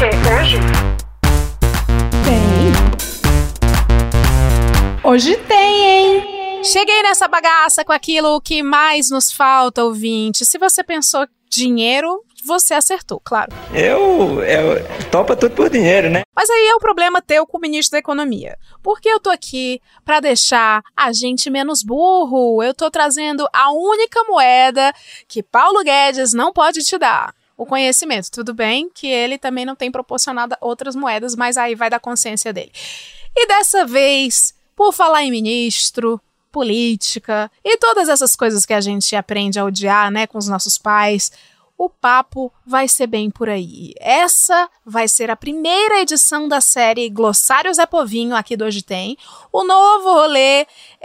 hoje? Hoje tem, hein? Cheguei nessa bagaça com aquilo que mais nos falta, ouvinte. Se você pensou dinheiro, você acertou, claro. Eu topa tudo por dinheiro, né? Mas aí é o problema teu com o ministro da Economia. Porque eu tô aqui pra deixar a gente menos burro. Eu tô trazendo a única moeda que Paulo Guedes não pode te dar. O conhecimento. Tudo bem que ele também não tem proporcionado outras moedas, mas aí vai da consciência dele. E dessa vez, por falar em ministro, política e todas essas coisas que a gente aprende a odiar, né, com os nossos pais, o papo vai ser bem por aí. Essa vai ser a primeira edição da série Glossário Zé Povinho, aqui do Hoje Tem. O novo rolê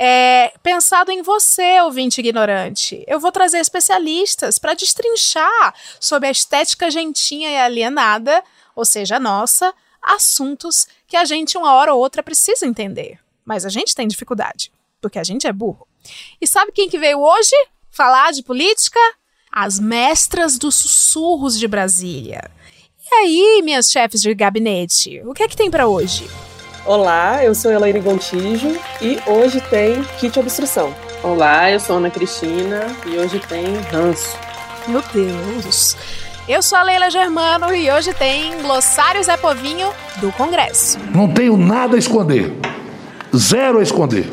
pensado em você, ouvinte ignorante. Eu vou trazer especialistas para destrinchar sobre a estética gentinha e alienada, ou seja, nossa, assuntos que a gente uma hora ou outra precisa entender. Mas a gente tem dificuldade, porque a gente é burro. E sabe quem que veio hoje falar de política? As mestras dos sussurros de Brasília. E aí, minhas chefes de gabinete, o que é que tem pra hoje? Olá, eu sou Elaine Gontijo e hoje tem Kit Obstrução. Olá, eu sou Ana Cristina e hoje tem ranço. Meu Deus! Eu sou a Leila Germano e hoje tem Glossário Zé Povinho do Congresso. Não tenho nada a esconder. Zero a esconder.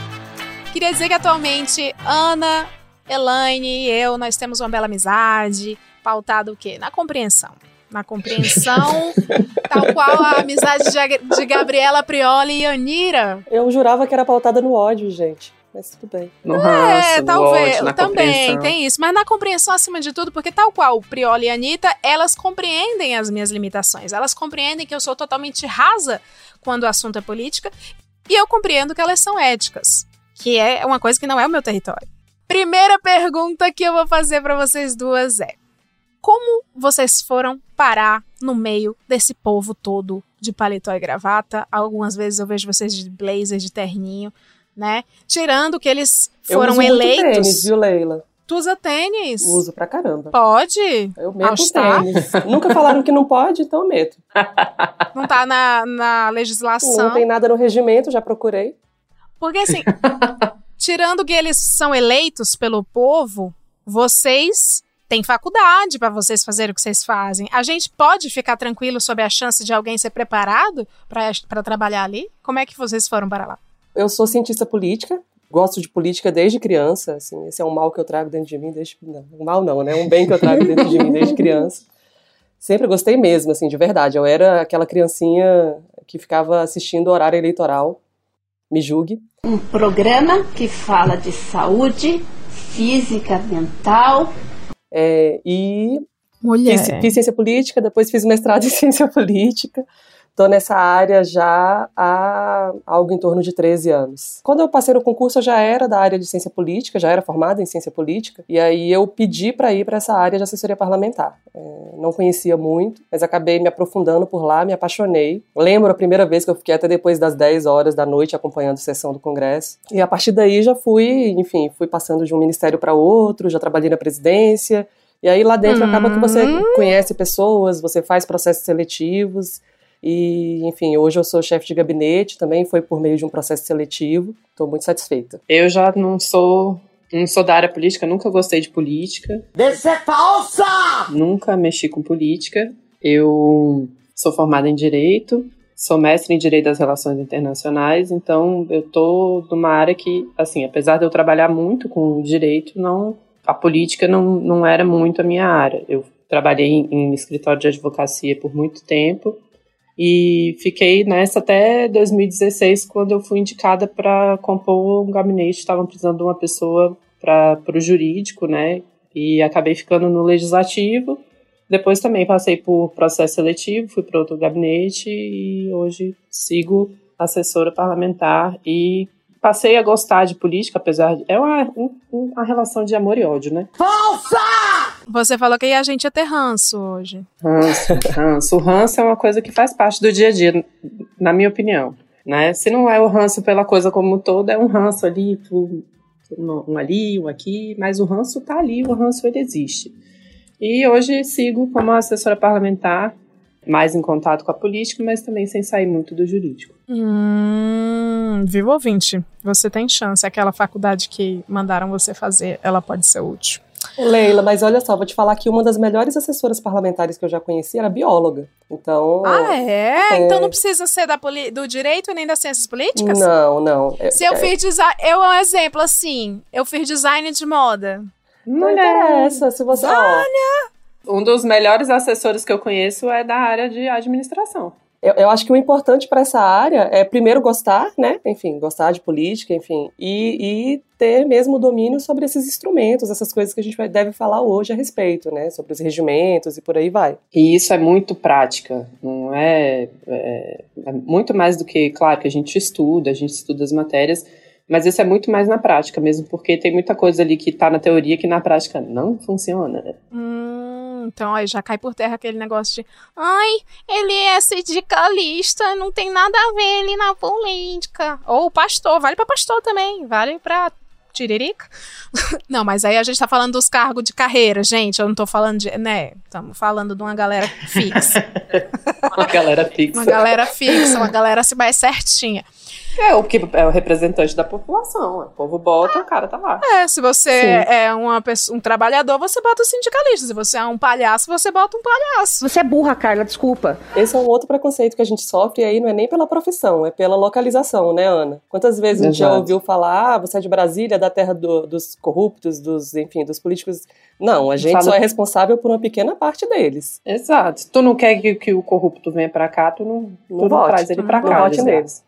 Queria dizer que atualmente Ana, Elaine e eu, nós temos uma bela amizade, pautada o quê? Na compreensão. Na compreensão, tal qual a amizade de Gabriela Prioli e Anira. Eu jurava que era pautada no ódio, gente. Mas tudo bem. No ranço, talvez, ódio, na também tem isso. Mas na compreensão acima de tudo, porque tal qual Prioli e Anitta, elas compreendem as minhas limitações. Elas compreendem que eu sou totalmente rasa quando o assunto é política. E eu compreendo que elas são éticas, que é uma coisa que não é o meu território. Primeira pergunta que eu vou fazer para vocês duas é: como vocês foram parar no meio desse povo todo de paletó e gravata? Algumas vezes eu vejo vocês de blazer, de terninho, né? Tirando que eles foram eu uso eleitos. Muito tênis, viu, Leila? Tu usa tênis? Uso pra caramba. Pode? Eu meto tênis. Nunca falaram que não pode, então eu meto. Não tá na legislação. Não tem nada no regimento, já procurei. Porque assim, tirando que eles são eleitos pelo povo, vocês têm faculdade para vocês fazerem o que vocês fazem. A gente pode ficar tranquilo sobre a chance de alguém ser preparado para trabalhar ali? Como é que vocês foram para lá? Eu sou cientista política. Gosto de política desde criança, assim, esse é um mal que eu trago dentro de mim desde... Não, um mal não, né? Um bem que eu trago dentro de mim desde criança. Sempre gostei mesmo, assim, de verdade. Eu era aquela criancinha que ficava assistindo o horário eleitoral. Me julgue. Um programa que fala de saúde, física, mental. E Mulher. Fiz ciência política, depois fiz mestrado em ciência política. Estou nessa área já há algo em torno de 13 anos. Quando eu passei no concurso, eu já era da área de ciência política, já era formada em ciência política, e aí eu pedi para ir para essa área de assessoria parlamentar. Não conhecia muito, mas acabei me aprofundando por lá, me apaixonei. Lembro a primeira vez que eu fiquei até depois das 10 horas da noite acompanhando a sessão do Congresso. E a partir daí já fui passando de um ministério para outro, já trabalhei na presidência, e aí lá dentro acaba que você conhece pessoas, você faz processos seletivos. E, enfim, hoje eu sou chefe de gabinete, também foi por meio de um processo seletivo. Estou muito satisfeita. Eu já não sou da área política, nunca gostei de política. Isso é falsa! Nunca mexi com política. Eu sou formada em Direito, sou mestre em Direito das Relações Internacionais, então eu tô numa área que, assim, apesar de eu trabalhar muito com Direito, a política não era muito a minha área. Eu trabalhei em escritório de advocacia por muito tempo, e fiquei nessa até 2016, quando eu fui indicada para compor um gabinete. Estavam precisando de uma pessoa para o jurídico, né? E acabei ficando no legislativo. Depois também passei por processo seletivo, fui para outro gabinete e hoje sigo assessora parlamentar e passei a gostar de política, apesar de... É uma relação de amor e ódio, né? Falsa! Você falou que a gente ia ter ranço hoje. Ranço. O ranço é uma coisa que faz parte do dia a dia, na minha opinião, né? Se não é o ranço pela coisa como um todo, é um ranço ali, um ali, um aqui, mas o ranço tá ali, o ranço ele existe. E hoje sigo como assessora parlamentar mais em contato com a política, mas também sem sair muito do jurídico. Viu, ouvinte? Você tem chance. Aquela faculdade que mandaram você fazer, ela pode ser útil. Leila, mas olha só, vou te falar que uma das melhores assessoras parlamentares que eu já conheci era bióloga. Então... Então não precisa ser do direito nem das ciências políticas? Não. Se eu fiz design... um exemplo, assim, eu fiz design de moda. Não interessa, se você... Olha! Um dos melhores assessores que eu conheço é da área de administração. Eu acho que o importante para essa área é primeiro gostar, né? Enfim, gostar de política, enfim, e ter mesmo domínio sobre esses instrumentos, essas coisas que a gente deve falar hoje a respeito, né? Sobre os regimentos e por aí vai. E isso é muito prática, não é muito mais do que, claro, que a gente estuda as matérias, mas isso é muito mais na prática mesmo, porque tem muita coisa ali que tá na teoria que na prática não funciona. Então aí já cai por terra aquele negócio de ele é sindicalista, não tem nada a ver ele na política. Ou pastor, vale pra pastor também, vale pra tiririca. Não, mas aí a gente tá falando dos cargos de carreira, gente, eu não tô falando de, né, estamos falando de uma galera fixa. Uma galera fixa. Uma galera fixa, uma galera assim mais certinha. O que é o representante da população. O povo bota, o cara tá lá. Se você é um trabalhador, você bota o sindicalista. Se você é um palhaço, você bota um palhaço. Você é burra, Carla, desculpa. Esse é um outro preconceito que a gente sofre, e aí não é nem pela profissão, é pela localização, né, Ana? Quantas vezes a gente já ouviu falar, você é de Brasília, da terra dos corruptos, dos políticos... Não, a gente só é responsável por uma pequena parte deles. Exato. Tu não quer que o corrupto venha pra cá, tu não traz ele pra cá. Não vote neles.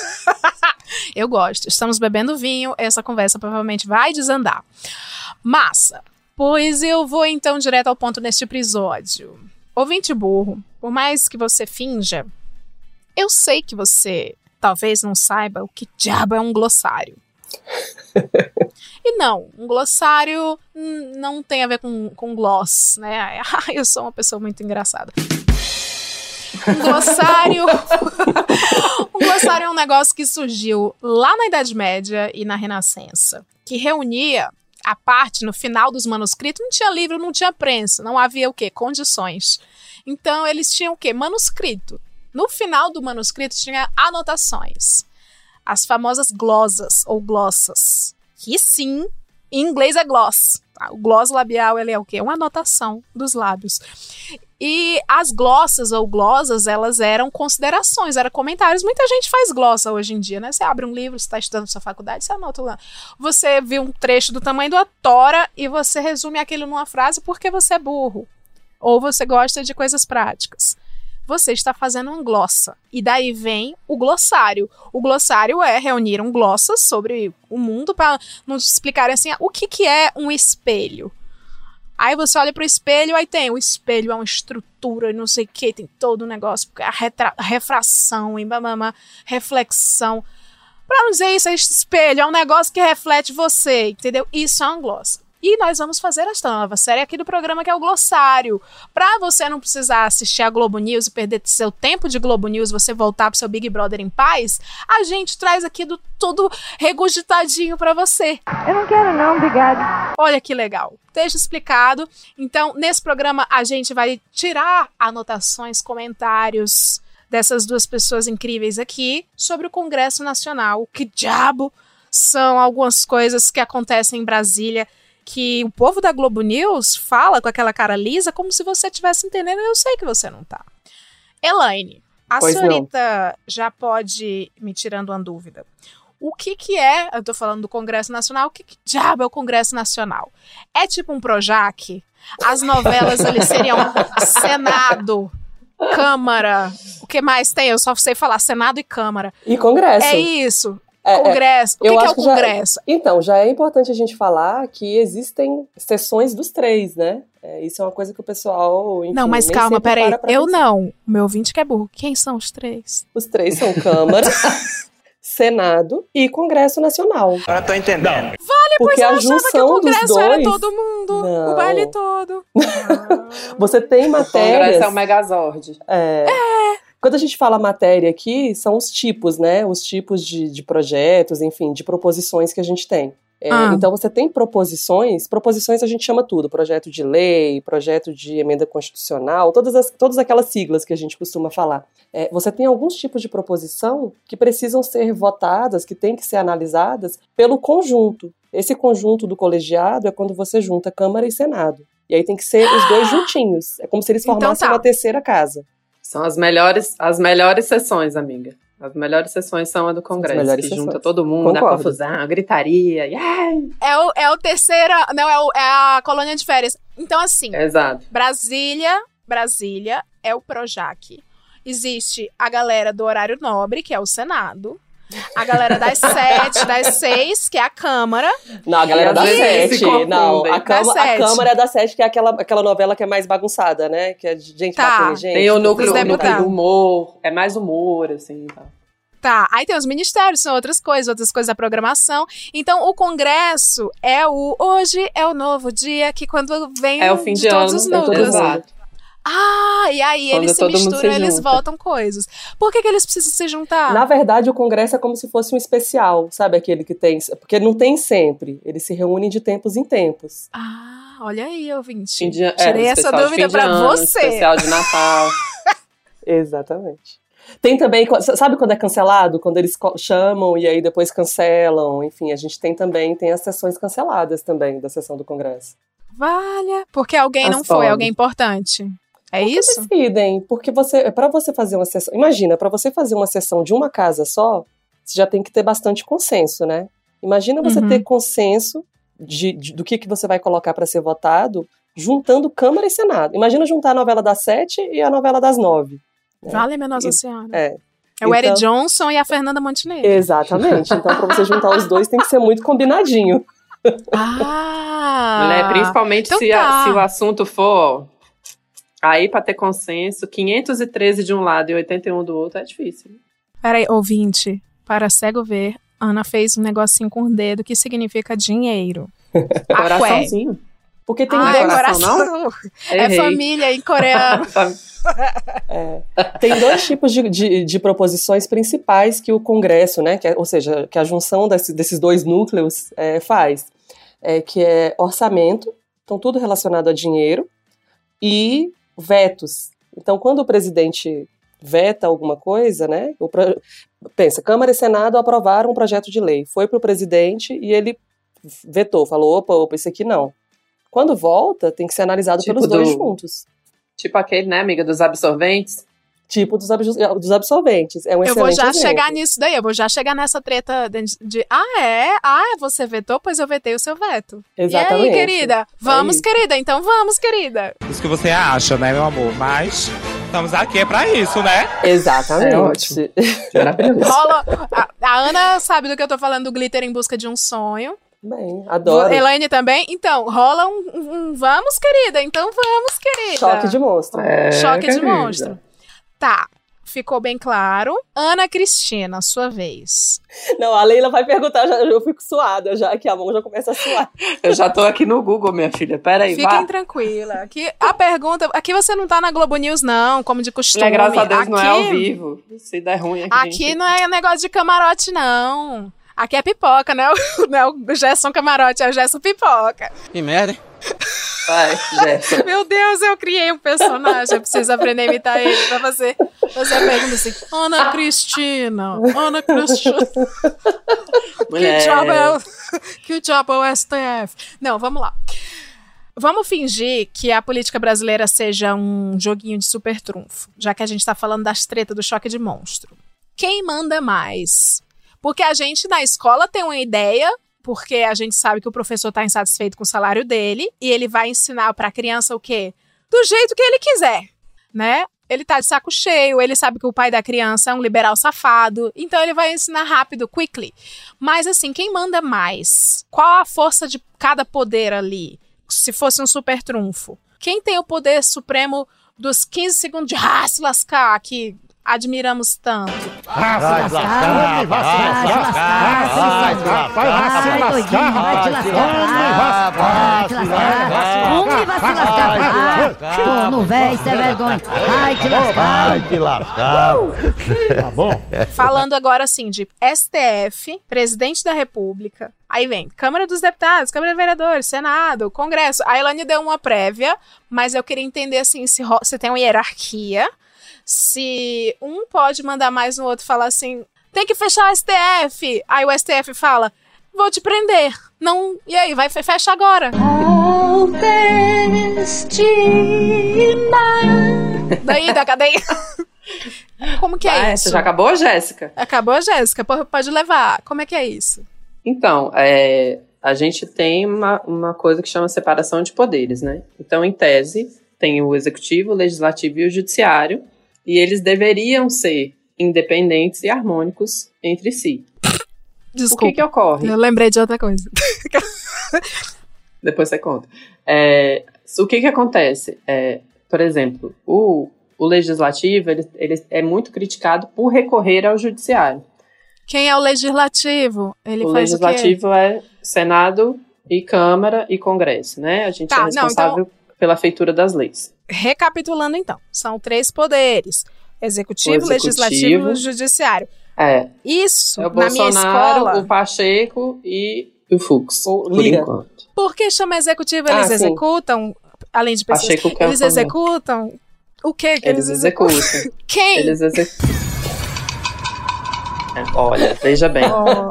Eu gosto. Estamos bebendo vinho, essa conversa provavelmente vai desandar. Massa. Pois eu vou então direto ao ponto neste episódio. Ouvinte burro, por mais que você finja, eu sei que você talvez não saiba o que diabo é um glossário. E não, um glossário não tem a ver com gloss, né? Eu sou uma pessoa muito engraçada. Um glossário é um negócio que surgiu lá na Idade Média e na Renascença, que reunia a parte no final dos manuscritos. Não tinha livro, não tinha prensa, não havia o quê? Condições. Então eles tinham o quê? Manuscrito. No final do manuscrito tinha anotações. As famosas glosas ou glossas, que sim, em inglês é gloss. Tá? O gloss labial, ele é o quê? Uma anotação dos lábios. E as glossas ou glosas, elas eram considerações, eram comentários. Muita gente faz glossa hoje em dia, né? Você abre um livro, você está estudando sua faculdade, você anota lá. Você viu um trecho do tamanho da tora e você resume aquilo numa frase porque você é burro. Ou você gosta de coisas práticas. Você está fazendo uma glossa. E daí vem o glossário. O glossário é reunir glossas sobre o mundo para nos explicarem assim, o que é um espelho. Aí você olha pro espelho, aí tem o espelho é uma estrutura e não sei o que, tem todo um negócio, a refração e reflexão. Pra não dizer isso, esse espelho é um negócio que reflete você, entendeu? Isso é uma glossa. E nós vamos fazer esta nova série aqui do programa, que é o Glossário. Pra você não precisar assistir a Globo News e perder seu tempo de Globo News, você voltar pro seu Big Brother em paz, a gente traz aqui tudo regurgitadinho pra você. Eu não quero não, obrigada. Olha que legal. Deixa explicado. Então, nesse programa, a gente vai tirar anotações, comentários dessas duas pessoas incríveis aqui sobre o Congresso Nacional. O que diabo são algumas coisas que acontecem em Brasília que o povo da Globo News fala com aquela cara lisa como se você estivesse entendendo, e eu sei que você não tá. Elaine, a senhorita já pode me tirando uma dúvida. O que é, eu tô falando do Congresso Nacional, o que diabo é o Congresso Nacional? É tipo um Projac? As novelas ali seriam Senado, Câmara, o que mais tem? Eu só sei falar Senado e Câmara. E Congresso. É isso. Congresso. O que é o Congresso? Então, já é importante a gente falar que existem sessões dos três, né? Isso é uma coisa que o pessoal... Enfim, não, mas calma, peraí. Eu não. O meu ouvinte que é burro. Quem são os três? Os três são Câmara, Senado e Congresso Nacional. Agora tô entendendo. Vale, porque pois eu achava que o Congresso era todo mundo. Não. O baile todo. Você tem matérias... O Congresso é o Megazord. Quando a gente fala matéria aqui, são os tipos, né? Os tipos de projetos, enfim, de proposições que a gente tem. Então você tem proposições a gente chama tudo, projeto de lei, projeto de emenda constitucional, todas aquelas siglas que a gente costuma falar. Você tem alguns tipos de proposição que precisam ser votadas, que têm que ser analisadas pelo conjunto. Esse conjunto do colegiado é quando você junta Câmara e Senado. E aí tem que ser os dois juntinhos. É como se eles formassem uma terceira casa. São as melhores sessões, amiga. As melhores sessões são a do Congresso, que junta todo mundo, a confusão, a gritaria. Yeah. É o terceiro, não, é a colônia de férias. Então, assim, exato. Brasília é o Projac. Existe a galera do horário nobre, que é o Senado. A galera das 7, das 6, que é a Câmara. Não, a galera das 7. Não, a Câmara é da 7, que é aquela novela que é mais bagunçada, né? Que é de gente batendo gente. Tem o núcleo do humor. É mais humor, assim, tá. Tá, aí tem os ministérios, são outras coisas da programação. Então, o Congresso hoje é o novo dia, que quando vem o fim de todos ano, os núcleos. Exato. E aí quando eles se misturam, eles voltam coisas. Por que eles precisam se juntar? Na verdade, o Congresso é como se fosse um especial, sabe? Aquele que tem... Porque não tem sempre. Eles se reúnem de tempos em tempos. Olha aí, ouvinte. Tirei essa dúvida pra você. Especial de Natal. Exatamente. Tem também... Sabe quando é cancelado? Quando eles chamam e aí depois cancelam. Enfim, a gente tem as sessões canceladas também da sessão do Congresso. Valha. Porque alguém não foi, alguém importante. É isso? Decidem, porque para você fazer uma sessão... Imagina, para você fazer uma sessão de uma casa só, você já tem que ter bastante consenso, né? Imagina você ter consenso do que você vai colocar para ser votado, juntando Câmara e Senado. Imagina juntar a novela das 7 e a novela das 9. Né? Vale, minha Nossa Senhora. É o Eric Johnson e a Fernanda Montenegro. Exatamente. Então, para você juntar os dois, tem que ser muito combinadinho. Principalmente então se o assunto for... Aí, pra ter consenso, 513 de um lado e 81 do outro é difícil. Peraí, ouvinte, para cego ver, Ana fez um negocinho com o dedo que significa dinheiro. Coraçãozinho. Porque tem coração, não? É família em coreano. Tem dois tipos de proposições principais que o Congresso, né, ou seja, que a junção desses dois núcleos faz. Que é orçamento, então tudo relacionado a dinheiro, e vetos. Então, quando o presidente veta alguma coisa, né? Pensa, Câmara e Senado aprovaram um projeto de lei. Foi para o presidente e ele vetou, falou, opa, isso aqui não. Quando volta, tem que ser analisado pelos dois juntos. Tipo aquele, né, amiga, dos absorventes? Tipo dos absorventes. É um excelente Eu vou já exemplo. chegar nisso daí, eu vou já chegar nessa treta de você vetou, pois eu vetei o seu veto. Exatamente. E aí, querida? Vamos, querida, então vamos, querida. Isso que você acha, né, meu amor? Mas estamos aqui pra isso, né? Exatamente. É ótimo. Maravilhoso. A Ana sabe do que eu tô falando, do Glitter em Busca de um Sonho. Bem, adoro. Elaine também? Então, rola um vamos, querida, então vamos, querida. Choque de monstro. Choque de monstro. Tá, ficou bem claro. Ana Cristina, sua vez. Não, a Leila vai perguntar, eu fico suada já, que a mão já começa a suar. Eu já tô aqui no Google, minha filha, peraí, Fiquem tranquila. Aqui você não tá na Globo News, não, como de costume. Graças a Deus não é ao vivo. Se der ruim aqui. Aqui não é negócio de camarote, não. Aqui é pipoca, né? Não é o Gerson Camarote, é o Gerson Pipoca. Que merda, hein? Vai, Gerson. Meu Deus, eu criei um personagem. Eu preciso aprender a imitar ele pra fazer a pergunta assim. Ana Cristina. Que diabo é o STF? Não, vamos lá. Vamos fingir que a política brasileira seja um joguinho de super trunfo, já que a gente tá falando das tretas do choque de monstro. Quem manda mais? Porque a gente na escola tem uma ideia, porque a gente sabe que o professor tá insatisfeito com o salário dele e ele vai ensinar pra criança o quê? Do jeito que ele quiser, né? Ele tá de saco cheio, ele sabe que o pai da criança é um liberal safado, então ele vai ensinar rápido, quickly. Mas assim, quem manda mais? Qual a força de cada poder ali? Se fosse um super trunfo. Quem tem o poder supremo dos 15 segundos de se lascar, que admiramos tanto? Vai se lascar, vai se lascar, vai doidinho, vai te lascar, vai te lascar, homem vai se lascar, corno véi, cê é vergonha, vai te lascar, vai te lascar, tá bom? Falando agora, assim, de STF, Presidente da República, aí vem Câmara dos Deputados, Câmara de Vereadores, Senado, Congresso. A Elaine deu uma prévia, mas eu queria entender, assim, se tem uma hierarquia, se um pode mandar mais no outro, falar assim, tem que fechar o STF. Aí o STF fala, vou te prender. Não, e aí, vai, fecha agora. Daí, da cadeia. Como que é isso? Já acabou, Jéssica? Acabou, Jéssica. Pode levar. Como é que é isso? Então, a gente tem uma coisa que chama separação de poderes, né? Então, em tese, tem o executivo, o legislativo e o judiciário, e eles deveriam ser independentes e harmônicos entre si. Desculpa. O que ocorre? Eu lembrei de outra coisa. Depois você conta. O que acontece? Por exemplo, o legislativo ele é muito criticado por recorrer ao judiciário. Quem é o legislativo? Ele faz legislativo é Senado e Câmara e Congresso, né? A gente é responsável pela feitura das leis. Recapitulando, então. São 3 poderes. Executivo, legislativo e judiciário. Isso, é o na minha Bolsonaro, escola... o Pacheco e o Fux, por enquanto. Por que chama executivo? Eles executam, além de pessoas... Pacheco eles executam... O que eles executam? Quem? Eles executam. Olha, veja bem.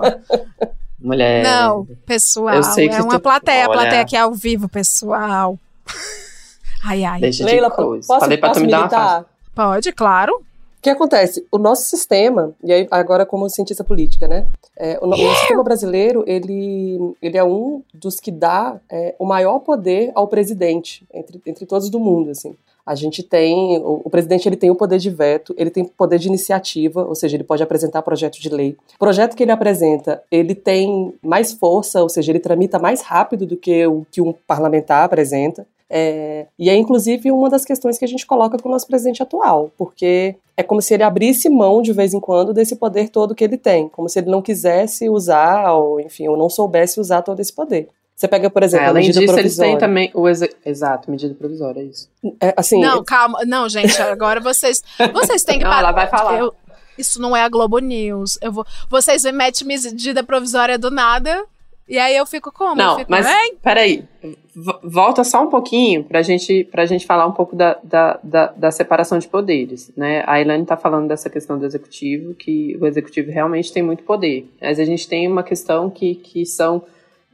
Mulher. Não, pessoal. Eu sei que uma plateia. A plateia aqui é ao vivo, pessoal. Ai. Deixa Leila, de coisa. Falei pra tu me dar uma face. Pode, claro. O que acontece? O nosso sistema, e aí agora como cientista política, né? O sistema brasileiro, ele é um dos que dá o maior poder ao presidente, entre todos do mundo, assim. A gente tem, o presidente ele tem o poder de veto, ele tem poder de iniciativa, ou seja, ele pode apresentar projeto de lei. O projeto que ele apresenta, ele tem mais força, ou seja, ele tramita mais rápido do que o que um parlamentar apresenta. E é inclusive uma das questões que a gente coloca com o nosso presidente atual, porque é como se ele abrisse mão de vez em quando desse poder todo que ele tem, como se ele não quisesse usar, ou enfim, ou não soubesse usar todo esse poder. Você pega, por exemplo, a medida provisória. Além disso, eles têm também Exato, medida provisória, é isso. Assim, não, calma. Não, gente, agora vocês têm que... Não, ela vai falar. Isso não é a Globo News. Vocês metem medida provisória do nada, e aí eu fico como? Não, mas peraí. Volta só um pouquinho pra gente falar um pouco da separação de poderes, né? A Elaine tá falando dessa questão do executivo, que o executivo realmente tem muito poder. Mas a gente tem uma questão que são...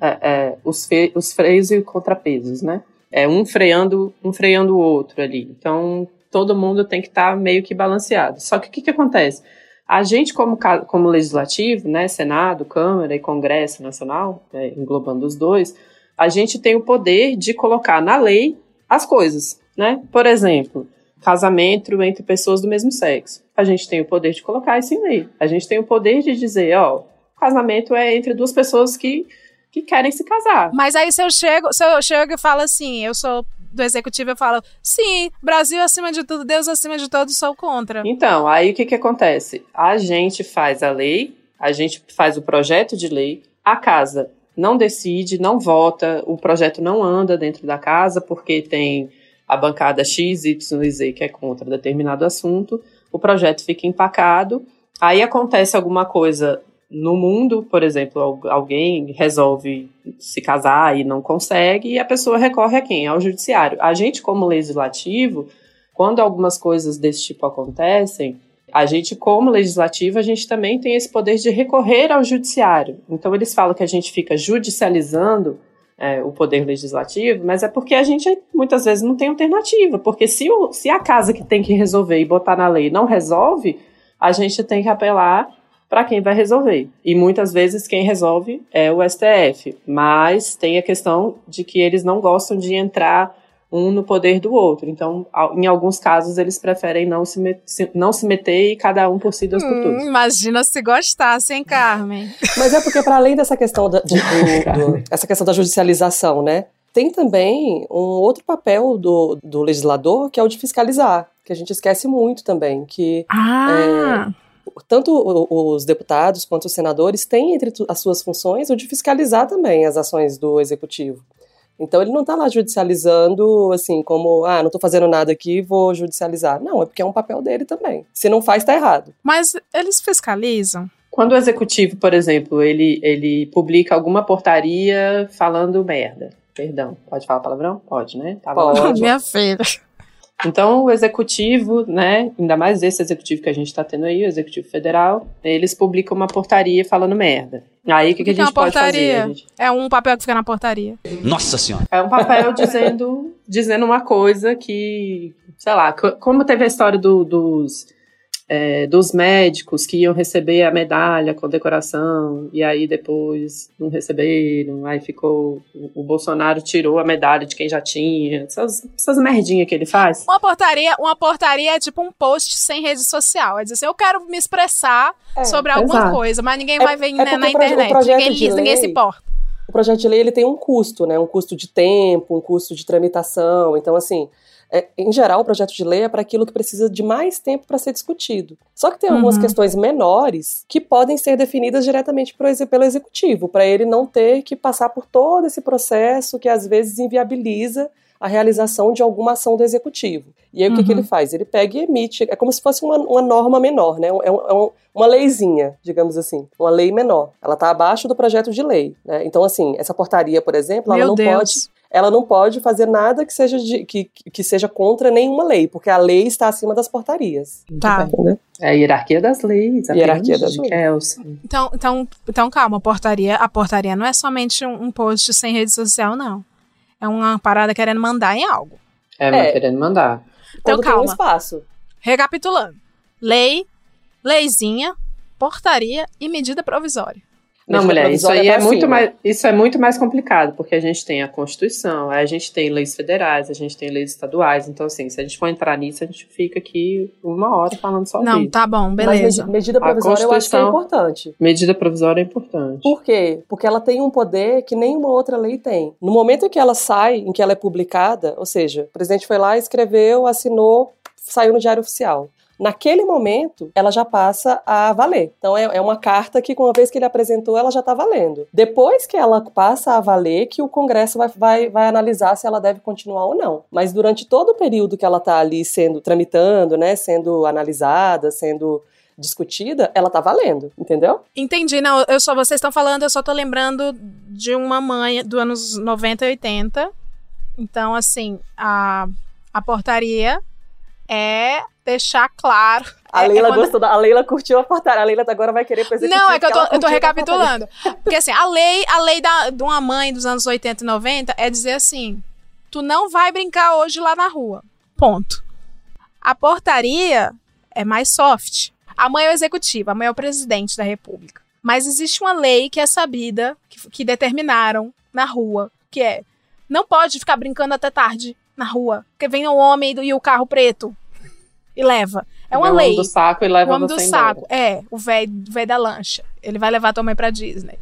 os freios e contrapesos, né? Um freando o outro ali. Então, todo mundo tem que estar meio que balanceado. Só que o que acontece? A gente, como legislativo, né, Senado, Câmara e Congresso Nacional, englobando os dois, a gente tem o poder de colocar na lei as coisas, né? Por exemplo, casamento entre pessoas do mesmo sexo. A gente tem o poder de colocar isso em lei. A gente tem o poder de dizer, casamento é entre 2 pessoas que querem se casar. Mas aí se eu chego e falo assim, eu sou do executivo, eu falo, sim, Brasil acima de tudo, Deus acima de todos, sou contra. Então, aí o que acontece? A gente faz a lei, a gente faz o projeto de lei, a casa não decide, não vota, o projeto não anda dentro da casa porque tem a bancada X, Y e Z que é contra determinado assunto, o projeto fica empacado, aí acontece alguma coisa no mundo, por exemplo, alguém resolve se casar e não consegue, e a pessoa recorre a quem? Ao judiciário. A gente, como legislativo, quando algumas coisas desse tipo acontecem, a gente, como legislativo, a gente também tem esse poder de recorrer ao judiciário. Então, eles falam que a gente fica judicializando o poder legislativo, mas é porque a gente, muitas vezes, não tem alternativa, porque se a casa que tem que resolver e botar na lei não resolve, a gente tem que apelar para quem vai resolver. E muitas vezes quem resolve é o STF. Mas tem a questão de que eles não gostam de entrar um no poder do outro. Então, em alguns casos, eles preferem não se meter e cada um por si, Deus por todos. Imagina se gostasse, hein, Carmen? Mas é porque, para além dessa questão essa questão da judicialização, né? Tem também um outro papel do legislador, que é o de fiscalizar, que a gente esquece muito também, que... tanto os deputados quanto os senadores têm entre as suas funções o de fiscalizar também as ações do executivo. Então ele não está lá judicializando, assim, como, não estou fazendo nada aqui, vou judicializar. Não, é porque é um papel dele também. Se não faz, está errado. Mas eles fiscalizam? Quando o executivo, por exemplo, ele publica alguma portaria falando merda. Perdão, pode falar palavrão? Pode, né? Tá pode. Minha filha. Então, o executivo, né, ainda mais esse executivo que a gente está tendo aí, o executivo federal, eles publicam uma portaria falando merda. Aí, o que a gente pode fazer? É um papel que fica na portaria. Nossa Senhora! É um papel dizendo uma coisa que, sei lá, como teve a história dos médicos que iam receber a medalha, a condecoração, e aí depois não receberam, aí ficou, o Bolsonaro tirou a medalha de quem já tinha, essas merdinhas que ele faz. Uma portaria é tipo um post sem rede social, é dizer assim, eu quero me expressar sobre alguma coisa, mas ninguém vai ver na internet, ninguém se importa. O projeto de lei, ele tem um custo, né, um custo de tempo, um custo de tramitação, então assim, em geral, o projeto de lei é para aquilo que precisa de mais tempo para ser discutido. Só que tem algumas questões menores que podem ser definidas diretamente pelo executivo, para ele não ter que passar por todo esse processo que às vezes inviabiliza a realização de alguma ação do executivo. E aí o que ele faz? Ele pega e emite, é como se fosse uma norma menor, né? Uma leizinha, digamos assim, uma lei menor. Ela está abaixo do projeto de lei, né? Então, assim, essa portaria, por exemplo, ela não pode fazer nada que seja contra nenhuma lei, porque a lei está acima das portarias. Tá. É a hierarquia das leis. Então, calma, a portaria não é somente um post sem rede social, não. É uma parada querendo mandar em algo. Querendo mandar. Então, quando calma. Tem um espaço. Recapitulando. Lei, leizinha, portaria e medida provisória. Não, mulher, isso aí é muito mais complicado, porque a gente tem a Constituição, a gente tem leis federais, a gente tem leis estaduais, então assim, se a gente for entrar nisso, a gente fica aqui 1 hora falando só disso. Não, tá bom, beleza. Mas medida provisória eu acho que é importante. Medida provisória é importante. Por quê? Porque ela tem um poder que nenhuma outra lei tem. No momento em que ela sai, em que ela é publicada, ou seja, o presidente foi lá, escreveu, assinou, saiu no Diário Oficial. Naquele momento, ela já passa a valer. Então, é uma carta que, uma vez que ele apresentou, ela já está valendo. Depois que ela passa a valer, que o Congresso vai analisar se ela deve continuar ou não. Mas durante todo o período que ela está ali tramitando, né, sendo analisada, sendo discutida, ela tá valendo, entendeu? Entendi, não, vocês estão falando, eu só tô lembrando de uma mãe dos anos 90 e 80. Então, assim, a portaria é deixar claro. A Leila gostou, a Leila curtiu a portaria. A Leila agora vai querer presidente. Não, é que eu tô recapitulando. Porque assim, a lei de uma mãe dos anos 80 e 90 é dizer assim: tu não vai brincar hoje lá na rua. Ponto. A portaria é mais soft. A mãe é o executivo, a mãe é o presidente da República. Mas existe uma lei que é sabida, que determinaram na rua, que é: não pode ficar brincando até tarde na rua, porque vem o homem e o carro preto e leva. É uma lei. O homem do saco e leva você embora. O homem do saco, o velho da lancha. Ele vai levar tua mãe pra Disney.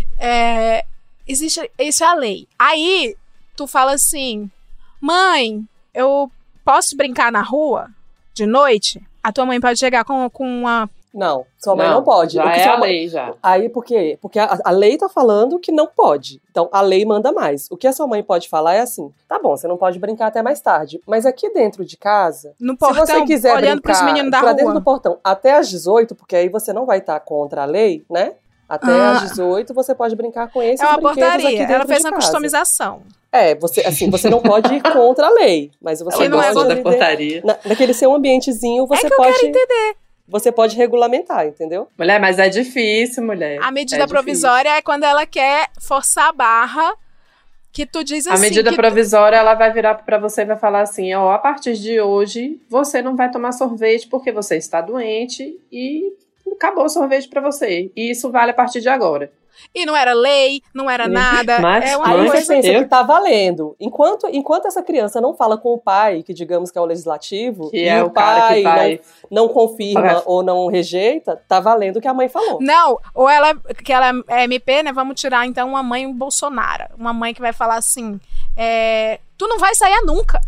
Isso é a lei. Aí, tu fala assim: mãe, eu posso brincar na rua de noite? A tua mãe pode chegar com uma... Não, sua mãe não pode. Já é a lei, já. Aí, por quê? Porque a lei tá falando que não pode. Então, a lei manda mais. O que a sua mãe pode falar é assim: tá bom, você não pode brincar até mais tarde, mas aqui dentro de casa, no portão, se você quiser olhando brincar pros meninos da pra rua, dentro do portão até às 18, porque aí você não vai estar contra a lei, né? Até às 18 você pode brincar com esses brinquedos portaria. Aqui dentro de casa. Ela fez uma customização. Você não pode ir contra a lei, mas você ela pode... gosta da portaria. Naquele seu ambientezinho, você pode... eu quero entender. Você pode regulamentar, entendeu? Mulher, mas é difícil, mulher. A medida provisória é quando ela quer forçar a barra, que tu diz assim... A medida provisória, ela vai virar pra você e vai falar assim: ó, a partir de hoje, você não vai tomar sorvete porque você está doente e acabou o sorvete pra você. E isso vale a partir de agora. E não era lei, não era nada. Aí você pensa que tá valendo. Enquanto essa criança não fala com o pai, que digamos que é o legislativo, que é o pai que não confirma ou não rejeita, tá valendo o que a mãe falou. Não, ou que ela é MP, né? Vamos tirar então uma mãe Bolsonaro. Uma mãe que vai falar assim: tu não vai sair nunca.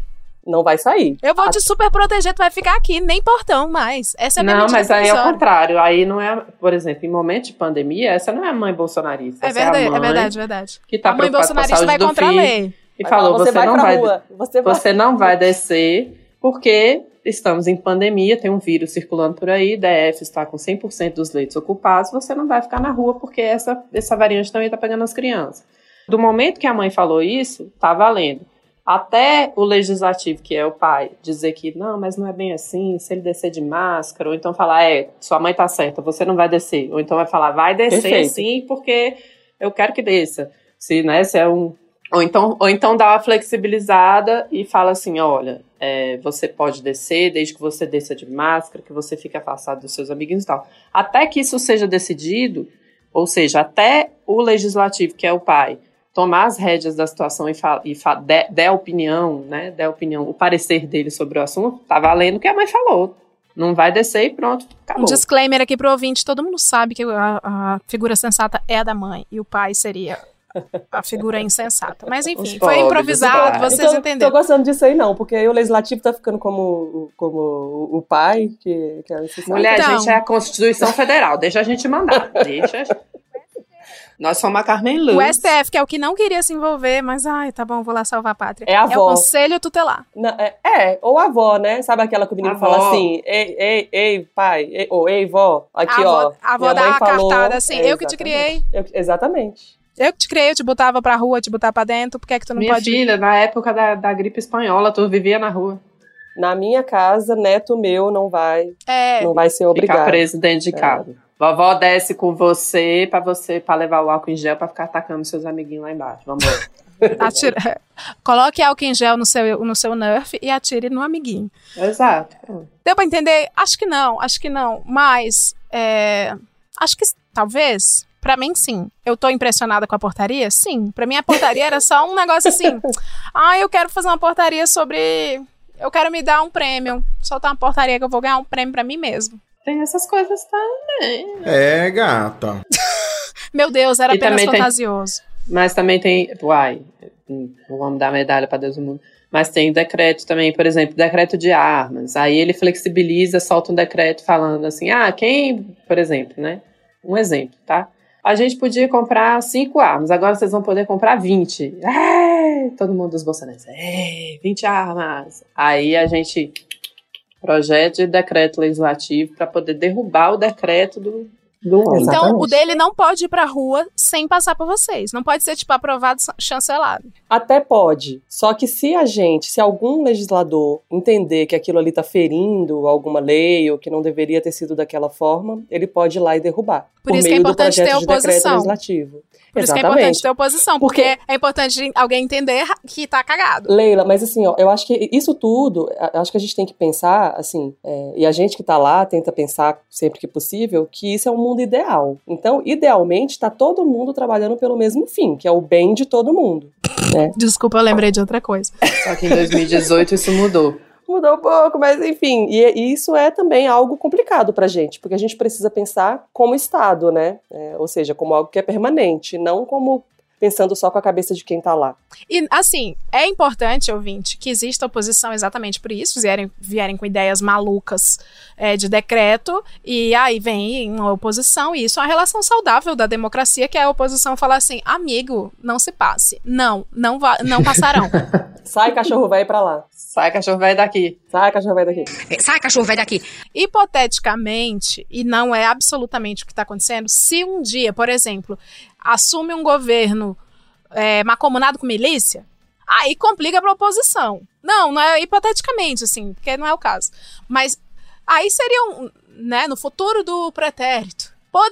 não vai sair. Eu vou te super proteger, tu vai ficar aqui, nem portão mais. Essa é a minha medida mas aí é o provisória. contrário. Aí não é, por exemplo, em momento de pandemia, essa não é a mãe bolsonarista. É essa verdade, é a mãe verdade. Que tá a mãe preocupada com a bolsonarista saúde vai do contra a filho. lei. E falou, você vai pra rua. Você não vai descer porque estamos em pandemia, tem um vírus circulando por aí, DF está com 100% dos leitos ocupados, você não vai ficar na rua porque essa variante também está pegando as crianças. Do momento que a mãe falou isso, tá valendo. Até o legislativo, que é o pai, dizer que não, mas não é bem assim, se ele descer de máscara, ou então falar, sua mãe tá certa, você não vai descer. Ou então vai falar, vai descer. Perfeito. Sim, porque eu quero que desça. Se é um... Ou então dá uma flexibilizada e fala assim, olha, você pode descer desde que você desça de máscara, que você fique afastado dos seus amiguinhos e tal. Até que isso seja decidido, ou seja, até o legislativo, que é o pai, tomar as rédeas da situação e der a opinião, né, o parecer dele sobre o assunto, tá valendo o que a mãe falou. Não vai descer e pronto, acabou. Um disclaimer aqui pro ouvinte, todo mundo sabe que a figura sensata é a da mãe, e o pai seria a figura insensata. Mas enfim, foi improvisado, vocês entenderam. Tô gostando disso aí não, porque aí o legislativo tá ficando como o pai, que é insensata. Mulher, a gente é a Constituição Federal, deixa a gente mandar, Nós somos a Carmen Luz. O STF, que é o que não queria se envolver, mas, tá bom, vou lá salvar a pátria. É a avó. É o Conselho Tutelar. Não, ou a avó, né? Sabe aquela que o menino fala assim, ei, pai, ei, vó, aqui, ó. A avó dá a cartada assim, eu que te criei. Exatamente. Eu que te criei, eu te botava pra rua, te botava pra dentro, por que é que tu não Minha pode... Minha filha, na época da gripe espanhola, tu vivia na rua. Na minha casa, neto meu não vai ser obrigado. Ficar preso dentro de casa. Vovó desce com você pra levar o álcool em gel pra ficar atacando seus amiguinhos lá embaixo. Vamos lá. Coloque álcool em gel no seu Nerf e atire no amiguinho. Exato. Deu pra entender? Acho que não. Mas, acho que talvez, pra mim sim. Eu tô impressionada com a portaria? Sim. Pra mim a portaria era só um negócio assim. Eu quero fazer uma portaria sobre... Eu quero me dar um prêmio. Soltar uma portaria que eu vou ganhar um prêmio pra mim mesmo. Tem essas coisas também. Gata. Meu Deus, era apenas fantasioso. Mas também tem... não vamos dar medalha pra Deus do mundo. Mas tem decreto também, por exemplo, decreto de armas. Aí ele flexibiliza, solta um decreto falando assim, quem, por exemplo, né? Um exemplo, tá? A gente podia comprar 5 armas, agora vocês vão poder comprar 20. Todo mundo dos bolsonaristas. 20 armas. Aí a gente... projeto de decreto legislativo para poder derrubar o decreto do homem. Então, o dele não pode ir pra rua sem passar por vocês. Não pode ser, aprovado, chancelado. Até pode. Só que se algum legislador entender que aquilo ali tá ferindo alguma lei ou que não deveria ter sido daquela forma, ele pode ir lá e derrubar. Por isso que é importante ter oposição. Legislativo. Por isso que é importante ter oposição, porque é importante alguém entender que tá cagado. Leila, mas assim, eu acho que isso tudo, acho que a gente tem que pensar, assim, e a gente que tá lá tenta pensar sempre que possível, que isso é um mundo ideal. Então, idealmente, tá todo mundo trabalhando pelo mesmo fim, que é o bem de todo mundo. Né? Desculpa, eu lembrei de outra coisa. Só que em 2018 isso mudou. Mudou um pouco, mas enfim, e isso é também algo complicado pra gente, porque a gente precisa pensar como Estado, né? Ou seja, como algo que é permanente, não como pensando só com a cabeça de quem tá lá. E, assim, é importante, ouvinte, que exista oposição exatamente por isso, vierem com ideias malucas de decreto, e aí vem uma oposição, e isso é uma relação saudável da democracia, que é a oposição falar assim, amigo, não se passe. Não passarão. Sai, cachorro, vai pra lá. Sai, cachorro, vai daqui. Sai, cachorro, vai daqui. Sai, cachorro, vai daqui. Hipoteticamente, e não é absolutamente o que está acontecendo, se um dia, por exemplo, assume um governo mancomunado com milícia, aí complica para a oposição. Não é hipoteticamente, assim, porque não é o caso. Mas aí seria no futuro do pretérito.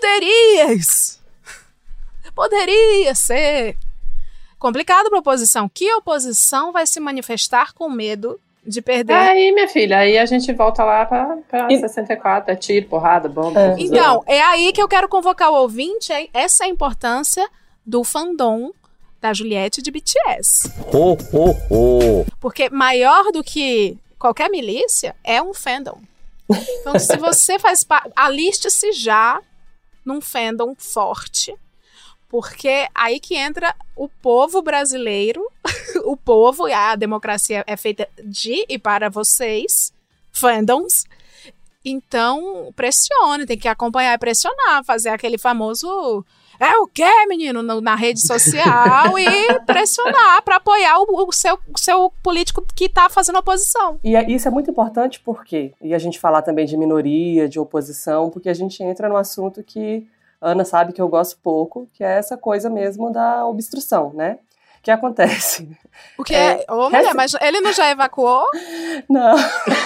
Poderia ser complicado para a oposição. Que oposição vai se manifestar com medo de perder? Aí, minha filha, aí a gente volta lá pra 64, tiro, porrada, bomba. Então, é aí que eu quero convocar o ouvinte, essa é a importância do fandom da Juliette de BTS. Porque maior do que qualquer milícia é um fandom. Então, se você faz parte, aliste-se já num fandom forte, Porque aí que entra o povo brasileiro, o povo, e a democracia é feita de e para vocês, fandoms. Então, pressione, tem que acompanhar e pressionar, fazer aquele famoso... É o quê, menino? Na rede social e pressionar para apoiar o seu político que tá fazendo oposição. E isso é muito importante porque, e a gente falar também de minoria, de oposição, porque a gente entra no assunto que Ana sabe que eu gosto pouco, que é essa coisa mesmo da obstrução, né? O que acontece? O que é? Ô, mulher, mas ele não já evacuou? Não.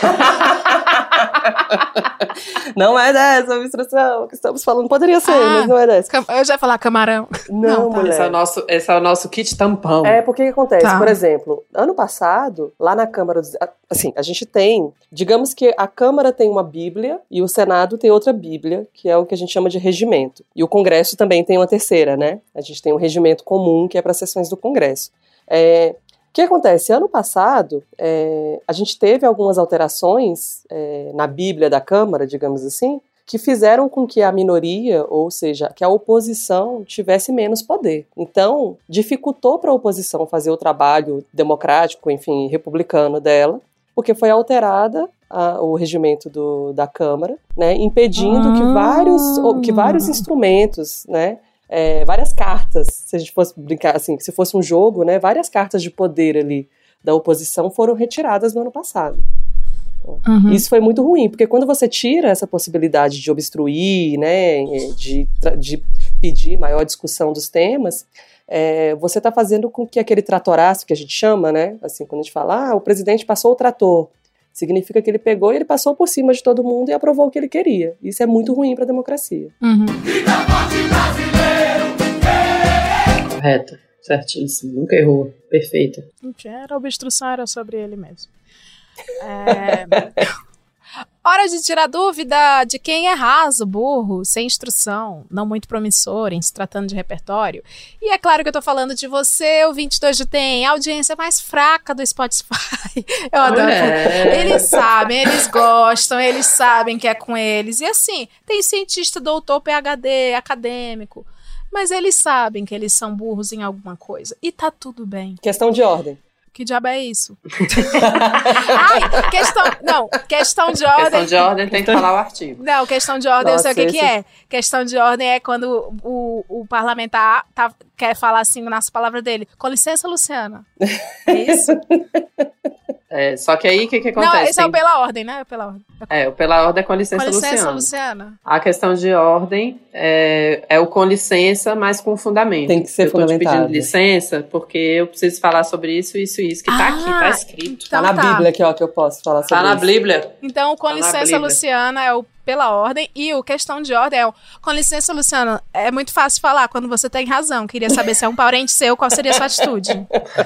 Não é dessa obstrução que estamos falando. Poderia ser, mas não é dessa. Eu já ia falar camarão. Não, mulher. Esse é o nosso kit tampão. É, porque o que acontece? Por exemplo, ano passado, lá na Câmara... Assim, a gente tem... Digamos que a Câmara tem uma Bíblia e o Senado tem outra Bíblia, que é o que a gente chama de regimento. E o Congresso também tem uma terceira, né? A gente tem um regimento comum, que é para as sessões do Congresso. O que acontece? Ano passado, a gente teve algumas alterações na Bíblia da Câmara, digamos assim, que fizeram com que a minoria, ou seja, que a oposição tivesse menos poder. Então, dificultou para a oposição fazer o trabalho democrático, enfim, republicano dela, porque foi alterada o regimento da Câmara, né, impedindo que vários instrumentos, né, várias cartas, se a gente fosse brincar assim, se fosse um jogo, né, várias cartas de poder ali da oposição foram retiradas no ano passado. Uhum. Isso foi muito ruim, porque quando você tira essa possibilidade de obstruir, né, de pedir maior discussão dos temas, você está fazendo com que aquele tratoraço que a gente chama, né, assim, quando a gente fala, o presidente passou o trator, significa que ele pegou e ele passou por cima de todo mundo e aprovou o que ele queria. Isso é muito ruim para a democracia. Uhum. Correto, certíssimo, nunca errou, perfeita. Era obstrução, era sobre ele mesmo. Hora de tirar dúvida de quem é raso, burro, sem instrução, não muito promissor em se tratando de repertório. E é claro que eu tô falando de você, o 22 de Tem, a audiência mais fraca do Spotify. Eu adoro. Eles sabem, eles gostam, eles sabem que é com eles. E assim, tem cientista, doutor, PhD, acadêmico, mas eles sabem que eles são burros em alguma coisa. E tá tudo bem. Questão de ordem. Que diabo é isso? Questão de ordem. Questão de ordem tem que falar o artigo. Não, questão de ordem, nossa, eu sei o que é. Questão de ordem é quando o parlamentar quer falar assim nas palavras dele. Com licença, Luciana. É isso? Só que aí o que acontece? Não, esse é o pela ordem, né? Pela ordem. O pela ordem é com licença, Luciana. A questão de ordem é o com licença, mas com fundamento. Tem que ser fundamentado. Eu tô te pedindo licença porque eu preciso falar sobre isso, que tá aqui, tá escrito. Então tá na Bíblia aqui, ó, que eu posso falar sobre isso. Tá na Bíblia. Então, com licença, Luciana é o pela ordem, e o questão de ordem é o com licença, Luciana, é muito fácil falar quando você tem razão. Queria saber se é um parente seu, qual seria a sua atitude.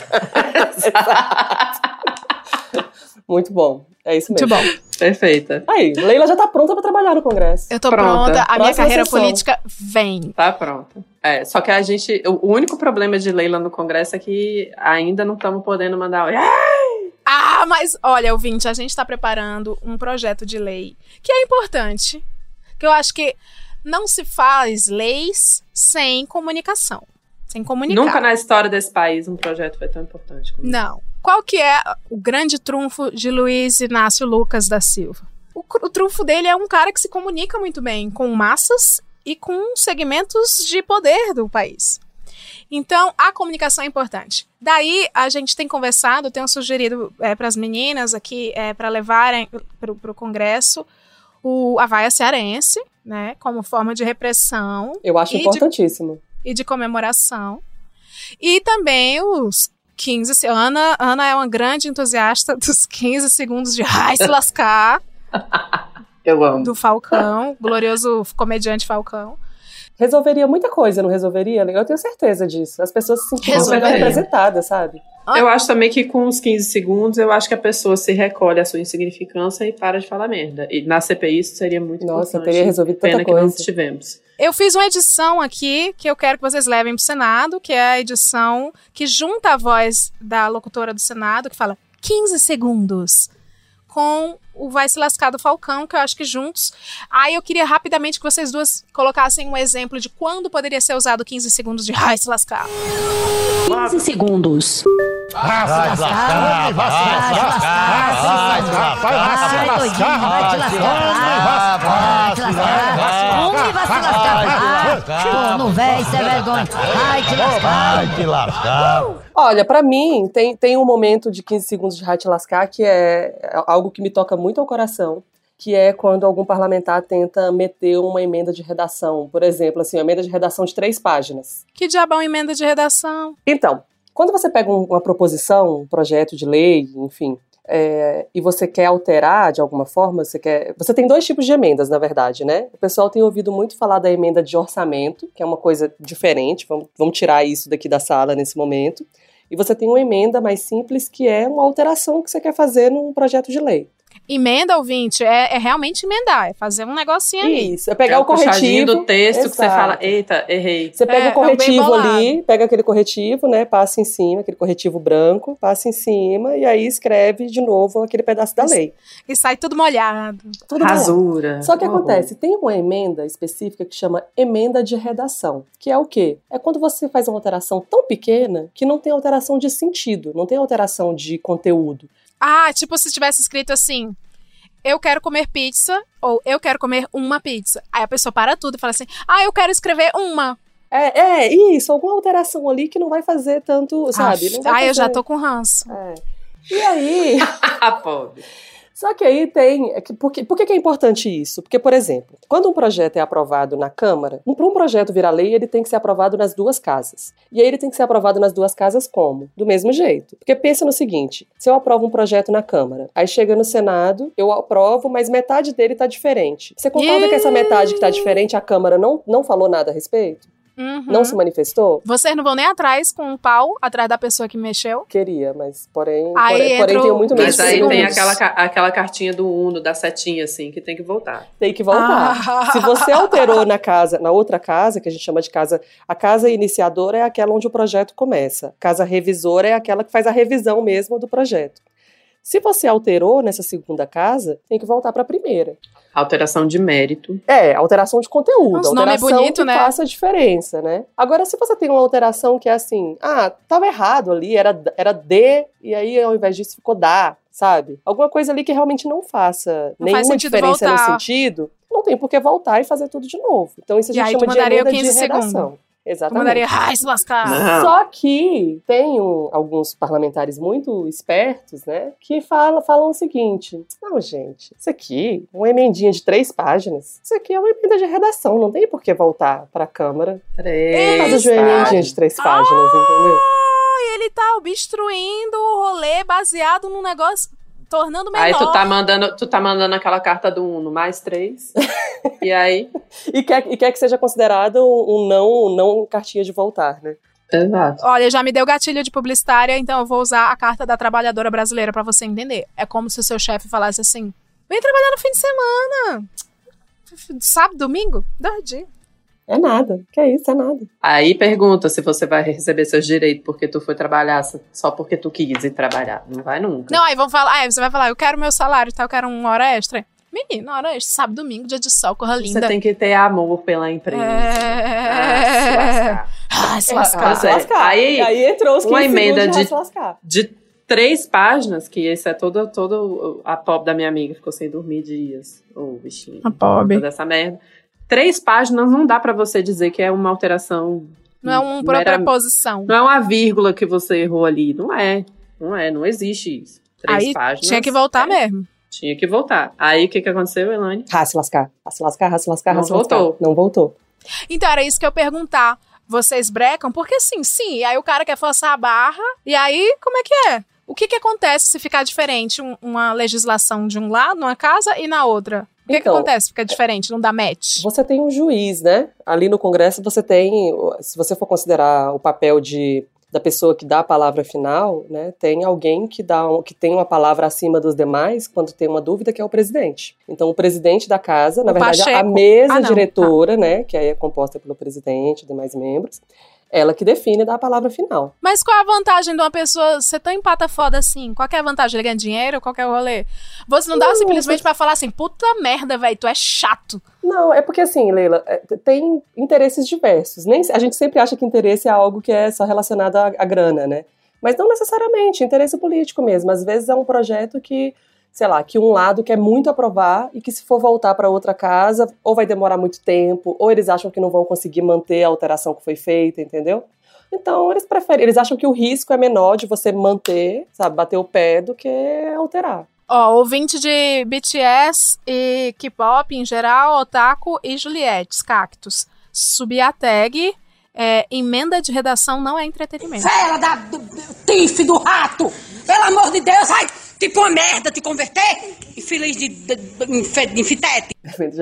Muito bom. É isso mesmo. Muito bom. Perfeita. Aí, Leila já tá pronta pra trabalhar no Congresso. Eu tô pronta. A minha carreira política vem. Tá pronta. Só que o único problema de Leila no Congresso é que ainda não estamos podendo mandar... Mas olha, ouvinte, a gente tá preparando um projeto de lei que é importante. Que eu acho que não se faz leis sem comunicação. Sem comunicar. Nunca na história desse país um projeto foi tão importante como não. Qual que é o grande trunfo de Luiz Inácio Lucas da Silva? O trunfo dele é um cara que se comunica muito bem com massas e com segmentos de poder do país. Então, a comunicação é importante. Daí, a gente tem conversado, tenho sugerido para as meninas aqui, para levarem para o Congresso, a vaia cearense, né, como forma de repressão. Eu acho importantíssimo. E de comemoração. E também os 15... Ana é uma grande entusiasta dos 15 segundos de ai se lascar. Eu amo. Do Falcão, glorioso comediante Falcão. Resolveria muita coisa, não resolveria? Eu tenho certeza disso. As pessoas se sentiram melhor representadas, sabe? Eu acho também que com os 15 segundos, eu acho que a pessoa se recolhe a sua insignificância e para de falar merda. E na CPI isso seria muito importante. Nossa, teria resolvido tanta coisa. Pena que não tivemos. Eu fiz uma edição aqui que eu quero que vocês levem pro Senado, que é a edição que junta a voz da locutora do Senado, que fala 15 segundos com o Vai Se Lascar do Falcão, que eu acho que juntos. Aí eu queria rapidamente que vocês duas colocassem um exemplo de quando poderia ser usado 15 segundos de Vai Se Lascar. 15 segundos. Vai se lascar, vai se lascar, vai doidinho, vai te lascar, vai te lascar, vai se lascar, pô, no véi, cê é vergonha, vai te lascar. Olha, pra mim, tem um momento de 15 segundos de Vai Te Lascar que é algo que me toca muito ao coração, que é quando algum parlamentar tenta meter uma emenda de redação. Por exemplo, assim, uma emenda de redação de 3 páginas. Que diabão emenda de redação? Então, quando você pega uma proposição, um projeto de lei, enfim, e você quer alterar de alguma forma, você tem 2 tipos de emendas, na verdade, né? O pessoal tem ouvido muito falar da emenda de orçamento, que é uma coisa diferente, vamos tirar isso daqui da sala nesse momento. E você tem uma emenda mais simples, que é uma alteração que você quer fazer num projeto de lei. Emenda, ouvinte, é realmente emendar, é fazer um negocinho ali. Isso, é pegar o corretivo do texto. Exato. Que você fala, eita, errei. Você pega o corretivo bem ali, pega aquele corretivo, né, passa em cima, aquele corretivo branco, passa em cima e aí escreve de novo aquele pedaço da lei. E sai tudo molhado. Tudo Rasura. molhado. Só que acontece, tem uma emenda específica que chama emenda de redação, que é o quê? É quando você faz uma alteração tão pequena que não tem alteração de sentido, não tem alteração de conteúdo. Ah, tipo se tivesse escrito assim, eu quero comer pizza, ou eu quero comer uma pizza. Aí a pessoa para tudo e fala assim, eu quero escrever uma. Isso, alguma alteração ali que não vai fazer tanto, sabe? Não vai fazer. Eu já tô com ranço. E aí... Pobre. Só que aí por que é importante isso? Porque, por exemplo, quando um projeto é aprovado na Câmara, para um projeto virar lei, ele tem que ser aprovado nas 2 casas. E aí ele tem que ser aprovado nas 2 casas como? Do mesmo jeito. Porque pensa no seguinte, se eu aprovo um projeto na Câmara, aí chega no Senado, eu aprovo, mas metade dele tá diferente. Você concorda que essa metade que tá diferente, a Câmara não falou nada a respeito? Uhum. Não se manifestou? Vocês não vão nem atrás com um pau atrás da pessoa que mexeu? Queria, mas porém entrou... tenho muito medo. Mas aí tem aquela cartinha do Uno, da setinha, assim, que tem que voltar. Tem que voltar. Se você alterou na outra casa, que a gente chama de casa... A casa iniciadora é aquela onde o projeto começa. Casa revisora é aquela que faz a revisão mesmo do projeto. Se você alterou nessa segunda casa, tem que voltar para a primeira. Alteração de mérito. Alteração de conteúdo. Alteração bonito, que né? faça a diferença, né? Agora, se você tem uma alteração que é assim, tava errado ali, era D, e aí ao invés disso ficou dá, sabe? Alguma coisa ali que realmente não faça nenhuma diferença no sentido, não tem por que voltar e fazer tudo de novo. Então isso a gente chama de emenda de redação. Exatamente. Mandaria se lascar. Não. Só que tem alguns parlamentares muito espertos, né, que falam o seguinte, não, gente, isso aqui, uma emendinha de 3 páginas, isso aqui é uma emenda de redação, não tem por que voltar pra Câmara. 3 de uma emendinha de 3 páginas, entendeu? Ele tá obstruindo o rolê baseado num negócio... tornando menor. Aí tu tá mandando aquela carta do Uno, mais 3. E aí? E quer que seja considerado um não cartinha de voltar, né? Exato. Olha, já me deu gatilho de publicitária, então eu vou usar a carta da trabalhadora brasileira pra você entender. É como se o seu chefe falasse assim, vem trabalhar no fim de semana. Sábado, domingo? 2 dias. É nada, que é isso, é nada. Aí pergunta se você vai receber seus direitos porque tu foi trabalhar só porque tu quis ir trabalhar. Não vai nunca. Não, aí vão falar, você vai falar, eu quero meu salário, tá? Eu quero 1 hora extra. Menino, hora extra, sábado, domingo, dia de sol, corra linda. Você tem que ter amor pela empresa. Se lascar. Aí entrou os 15 uma emenda de se lascar. De 3 páginas, que esse é todo a pobre da minha amiga, ficou sem dormir dias. Bichinho. A pobre. Toda essa merda. 3 páginas não dá pra você dizer que é uma alteração. Não é uma preposição. Não é uma vírgula que você errou ali. Não existe isso. 3 páginas. Tinha que voltar mesmo. Tinha que voltar. Aí o que aconteceu, Elaine? Se lascar. Não voltou. Então era isso que eu ia perguntar. Vocês brecam? Porque sim, aí o cara quer forçar a barra, e aí como é que é? O que acontece se ficar diferente uma legislação de um lado, numa casa, e na outra? O que acontece? Fica diferente, não dá match? Você tem um juiz, né? Ali no Congresso você tem, se você for considerar o papel da pessoa que dá a palavra final, né? Tem alguém que tem uma palavra acima dos demais quando tem uma dúvida, que é o presidente. Então o presidente da casa, na verdade, a mesa diretora, né? Que aí é composta pelo presidente e demais membros, ela que define e dá a palavra final. Mas qual é a vantagem de uma pessoa ser tão empata foda assim? Qual que é a vantagem? Ele ganha dinheiro? Qual que é o rolê? Você não dá simplesmente pra falar assim, puta merda, velho, tu é chato. Não, é porque assim, Leila, tem interesses diversos. A gente sempre acha que interesse é algo que é só relacionado à grana, né? Mas não necessariamente, interesse político mesmo. Às vezes é um projeto que, sei lá, que um lado quer muito aprovar e que se for voltar para outra casa, ou vai demorar muito tempo, ou eles acham que não vão conseguir manter a alteração que foi feita, entendeu? Então eles acham que o risco é menor de você manter, sabe, bater o pé do que alterar. Ó, ouvinte de BTS e K-pop em geral, Otaku e Juliettes, Cactus. Subir a tag, emenda de redação não é entretenimento. Fela do tife do rato! Pelo amor de Deus, ai, tipo uma merda te converter! Infeliz de infitete!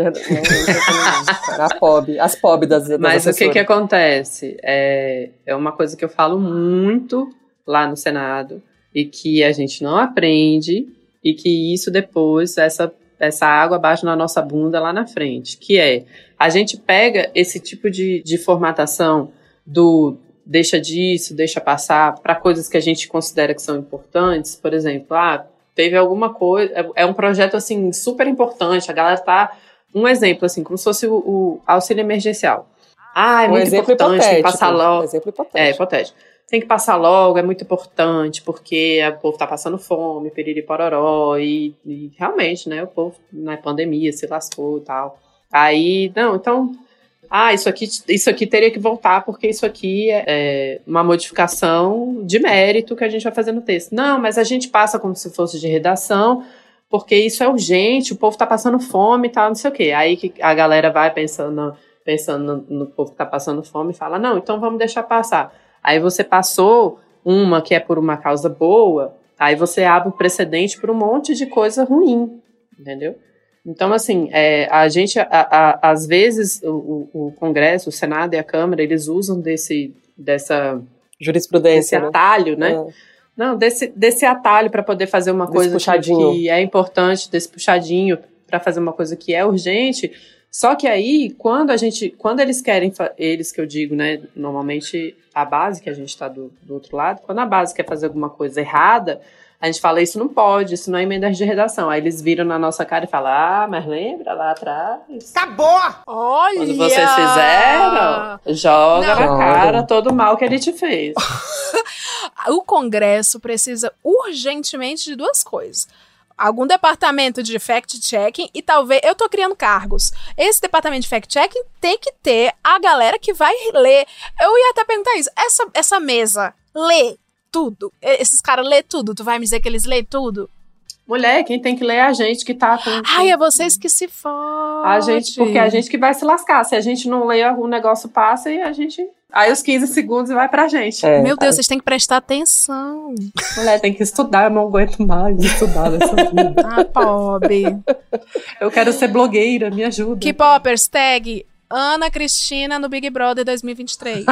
As POB das Mas o que acontece? É uma coisa que eu falo muito lá no Senado e que a gente não aprende e que isso depois, essa água bate na nossa bunda lá na frente, que é, a gente pega esse tipo de formatação do deixa disso, deixa passar, para coisas que a gente considera que são importantes, por exemplo, teve alguma coisa, é um projeto, assim, super importante, a galera tá, um exemplo, assim, como se fosse o auxílio emergencial. É muito importante, tem que passar logo. Exemplo hipotético. É, hipotético. Tem que passar logo, é muito importante, porque o povo tá passando fome, piriri pororó, e realmente, né, o povo na pandemia se lascou e tal. Aí, não, então, isso aqui teria que voltar, porque isso aqui é uma modificação de mérito que a gente vai fazer no texto. Não, mas a gente passa como se fosse de redação, porque isso é urgente, o povo tá passando fome e tal, não sei o quê. Aí que a galera vai pensando no povo que tá passando fome e fala, não, então vamos deixar passar. Aí você passou uma que é por uma causa boa, aí você abre o precedente para um monte de coisa ruim, entendeu? Então, assim, a gente, às vezes, o Congresso, o Senado e a Câmara, eles usam dessa jurisprudência, desse atalho, né? Não, desse atalho para poder fazer uma coisa que é importante, desse puxadinho para fazer uma coisa que é urgente. Só que aí, quando eles querem, eles que eu digo, né, normalmente a base, que a gente está do outro lado, quando a base quer fazer alguma coisa errada, a gente fala, isso não pode, isso não é emenda de redação. Aí eles viram na nossa cara e falam, mas lembra lá atrás? Acabou! Olha! Quando vocês fizeram, joga na cara todo o mal que ele te fez. O Congresso precisa urgentemente de duas coisas. Algum departamento de fact-checking e talvez... Eu tô criando cargos. Esse departamento de fact-checking tem que ter a galera que vai ler. Eu ia até perguntar isso. Essa mesa lê tudo? Esses caras lê tudo? Tu vai me dizer que eles lê tudo? Mulher, quem tem que ler é a gente que tá com... É vocês que se fodem. A gente, porque é a gente que vai se lascar. Se a gente não lê, o negócio passa e a gente... Aí os 15 segundos vai pra gente. Meu Deus, vocês têm que prestar atenção. Mulher, tem que estudar, eu não aguento mais estudar nessa vida. Pobre. Eu quero ser blogueira, me ajuda. K-popers, tag Ana Cristina no Big Brother 2023.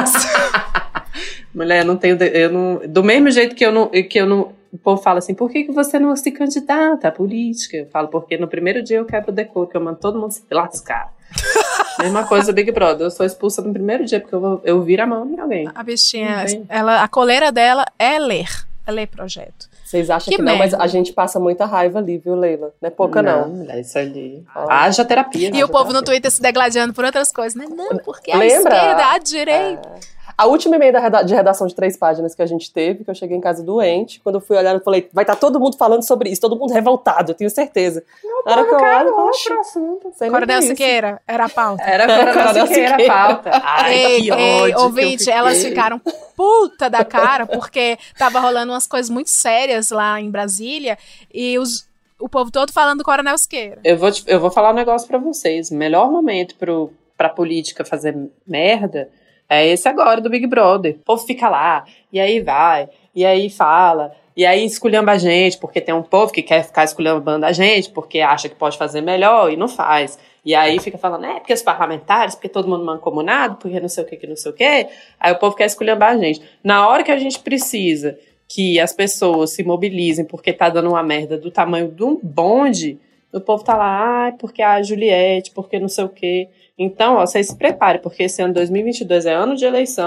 Mulher, do mesmo jeito que eu não, o povo fala assim, por que você não se candidata à política? Eu falo, porque no primeiro dia eu quebro o decoro, que eu mando todo mundo se lascar. Mesma coisa do Big Brother, eu sou expulsa no primeiro dia, porque eu viro a mão em alguém. A bichinha, a coleira dela é ler projeto. Vocês acham que não, mas a gente passa muita raiva ali, viu, Leila? Não é pouca, não. Isso ali. Haja terapia. E o povo no Twitter se degladiando por outras coisas, né? Não, porque a esquerda, a direita... A última emenda de redação de 3 páginas que a gente teve, que eu cheguei em casa doente, quando eu fui olhar, eu falei, vai estar todo mundo falando sobre isso, todo mundo revoltado, eu tenho certeza. Na hora que eu olho, outro assunto. Coronel Siqueira, era a pauta. Era Coronel Siqueira a pauta. Ai, que ódio. Ouvinte, elas ficaram puta da cara, porque tava rolando umas coisas muito sérias lá em Brasília, e o povo todo falando do Coronel Siqueira. Eu vou falar um negócio pra vocês. O melhor momento pra política fazer merda é esse agora do Big Brother. O povo fica lá, e aí vai, e aí fala, e aí esculhamba a gente, porque tem um povo que quer ficar esculhambando a gente, porque acha que pode fazer melhor e não faz. E aí fica falando, porque os parlamentares, porque todo mundo mancomunado, porque não sei o que não sei o que. Aí o povo quer esculhambar a gente. Na hora que a gente precisa que as pessoas se mobilizem porque tá dando uma merda do tamanho de um bonde, o povo tá lá, porque a Juliette, porque não sei o quê. Então, vocês se preparem, porque esse ano 2022 é ano de eleição,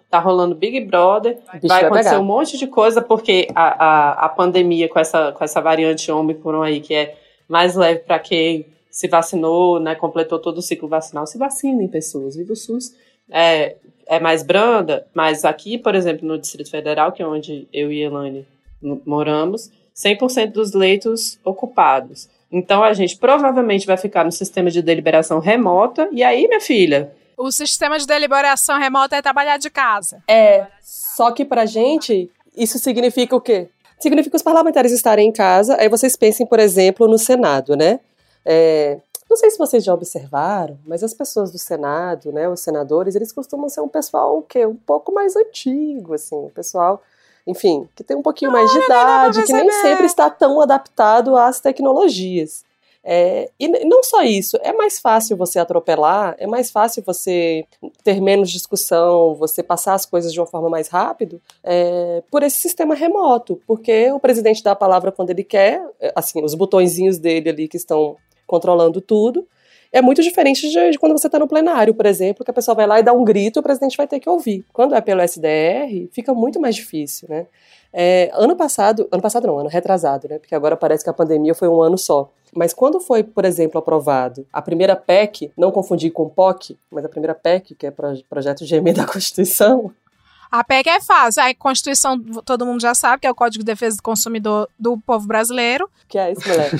tá rolando Big Brother, bicho vai acontecer pegar. um monte de coisa, porque a pandemia com essa variante Ômicron aí, que é mais leve para quem se vacinou, né, completou todo o ciclo vacinal, se vacinem pessoas, viva o SUS, é mais branda, mas aqui, por exemplo, no Distrito Federal, que é onde eu e Elaine moramos, 100% dos leitos ocupados. Então, a gente provavelmente vai ficar no sistema de deliberação remota. E aí, minha filha? O sistema de deliberação remota é trabalhar de casa. Só que pra gente, isso significa o quê? Significa os parlamentares estarem em casa. Aí vocês pensem, por exemplo, no Senado, né? Não sei se vocês já observaram, mas as pessoas do Senado, né, os senadores, eles costumam ser um pessoal, o quê? Um pouco mais antigo, assim, um pessoal... Enfim, que tem um pouquinho mais de idade, que nem sempre está tão adaptado às tecnologias. E não só isso, é mais fácil você atropelar, é mais fácil você ter menos discussão, você passar as coisas de uma forma mais rápida, por esse sistema remoto, porque o presidente dá a palavra quando ele quer, assim, os botõezinhos dele ali que estão controlando tudo. É muito diferente de quando você está no plenário, por exemplo, que a pessoa vai lá e dá um grito e o presidente vai ter que ouvir. Quando é pelo SDR, fica muito mais difícil, né? Ano retrasado, né? Porque agora parece que a pandemia foi um ano só. Mas quando foi, por exemplo, aprovado a primeira PEC, não confundir com POC, mas a primeira PEC, que é Projeto de Emenda à Constituição. A PEC é fácil. A Constituição, todo mundo já sabe, que é o Código de Defesa do Consumidor do povo brasileiro. Que é isso, moleque?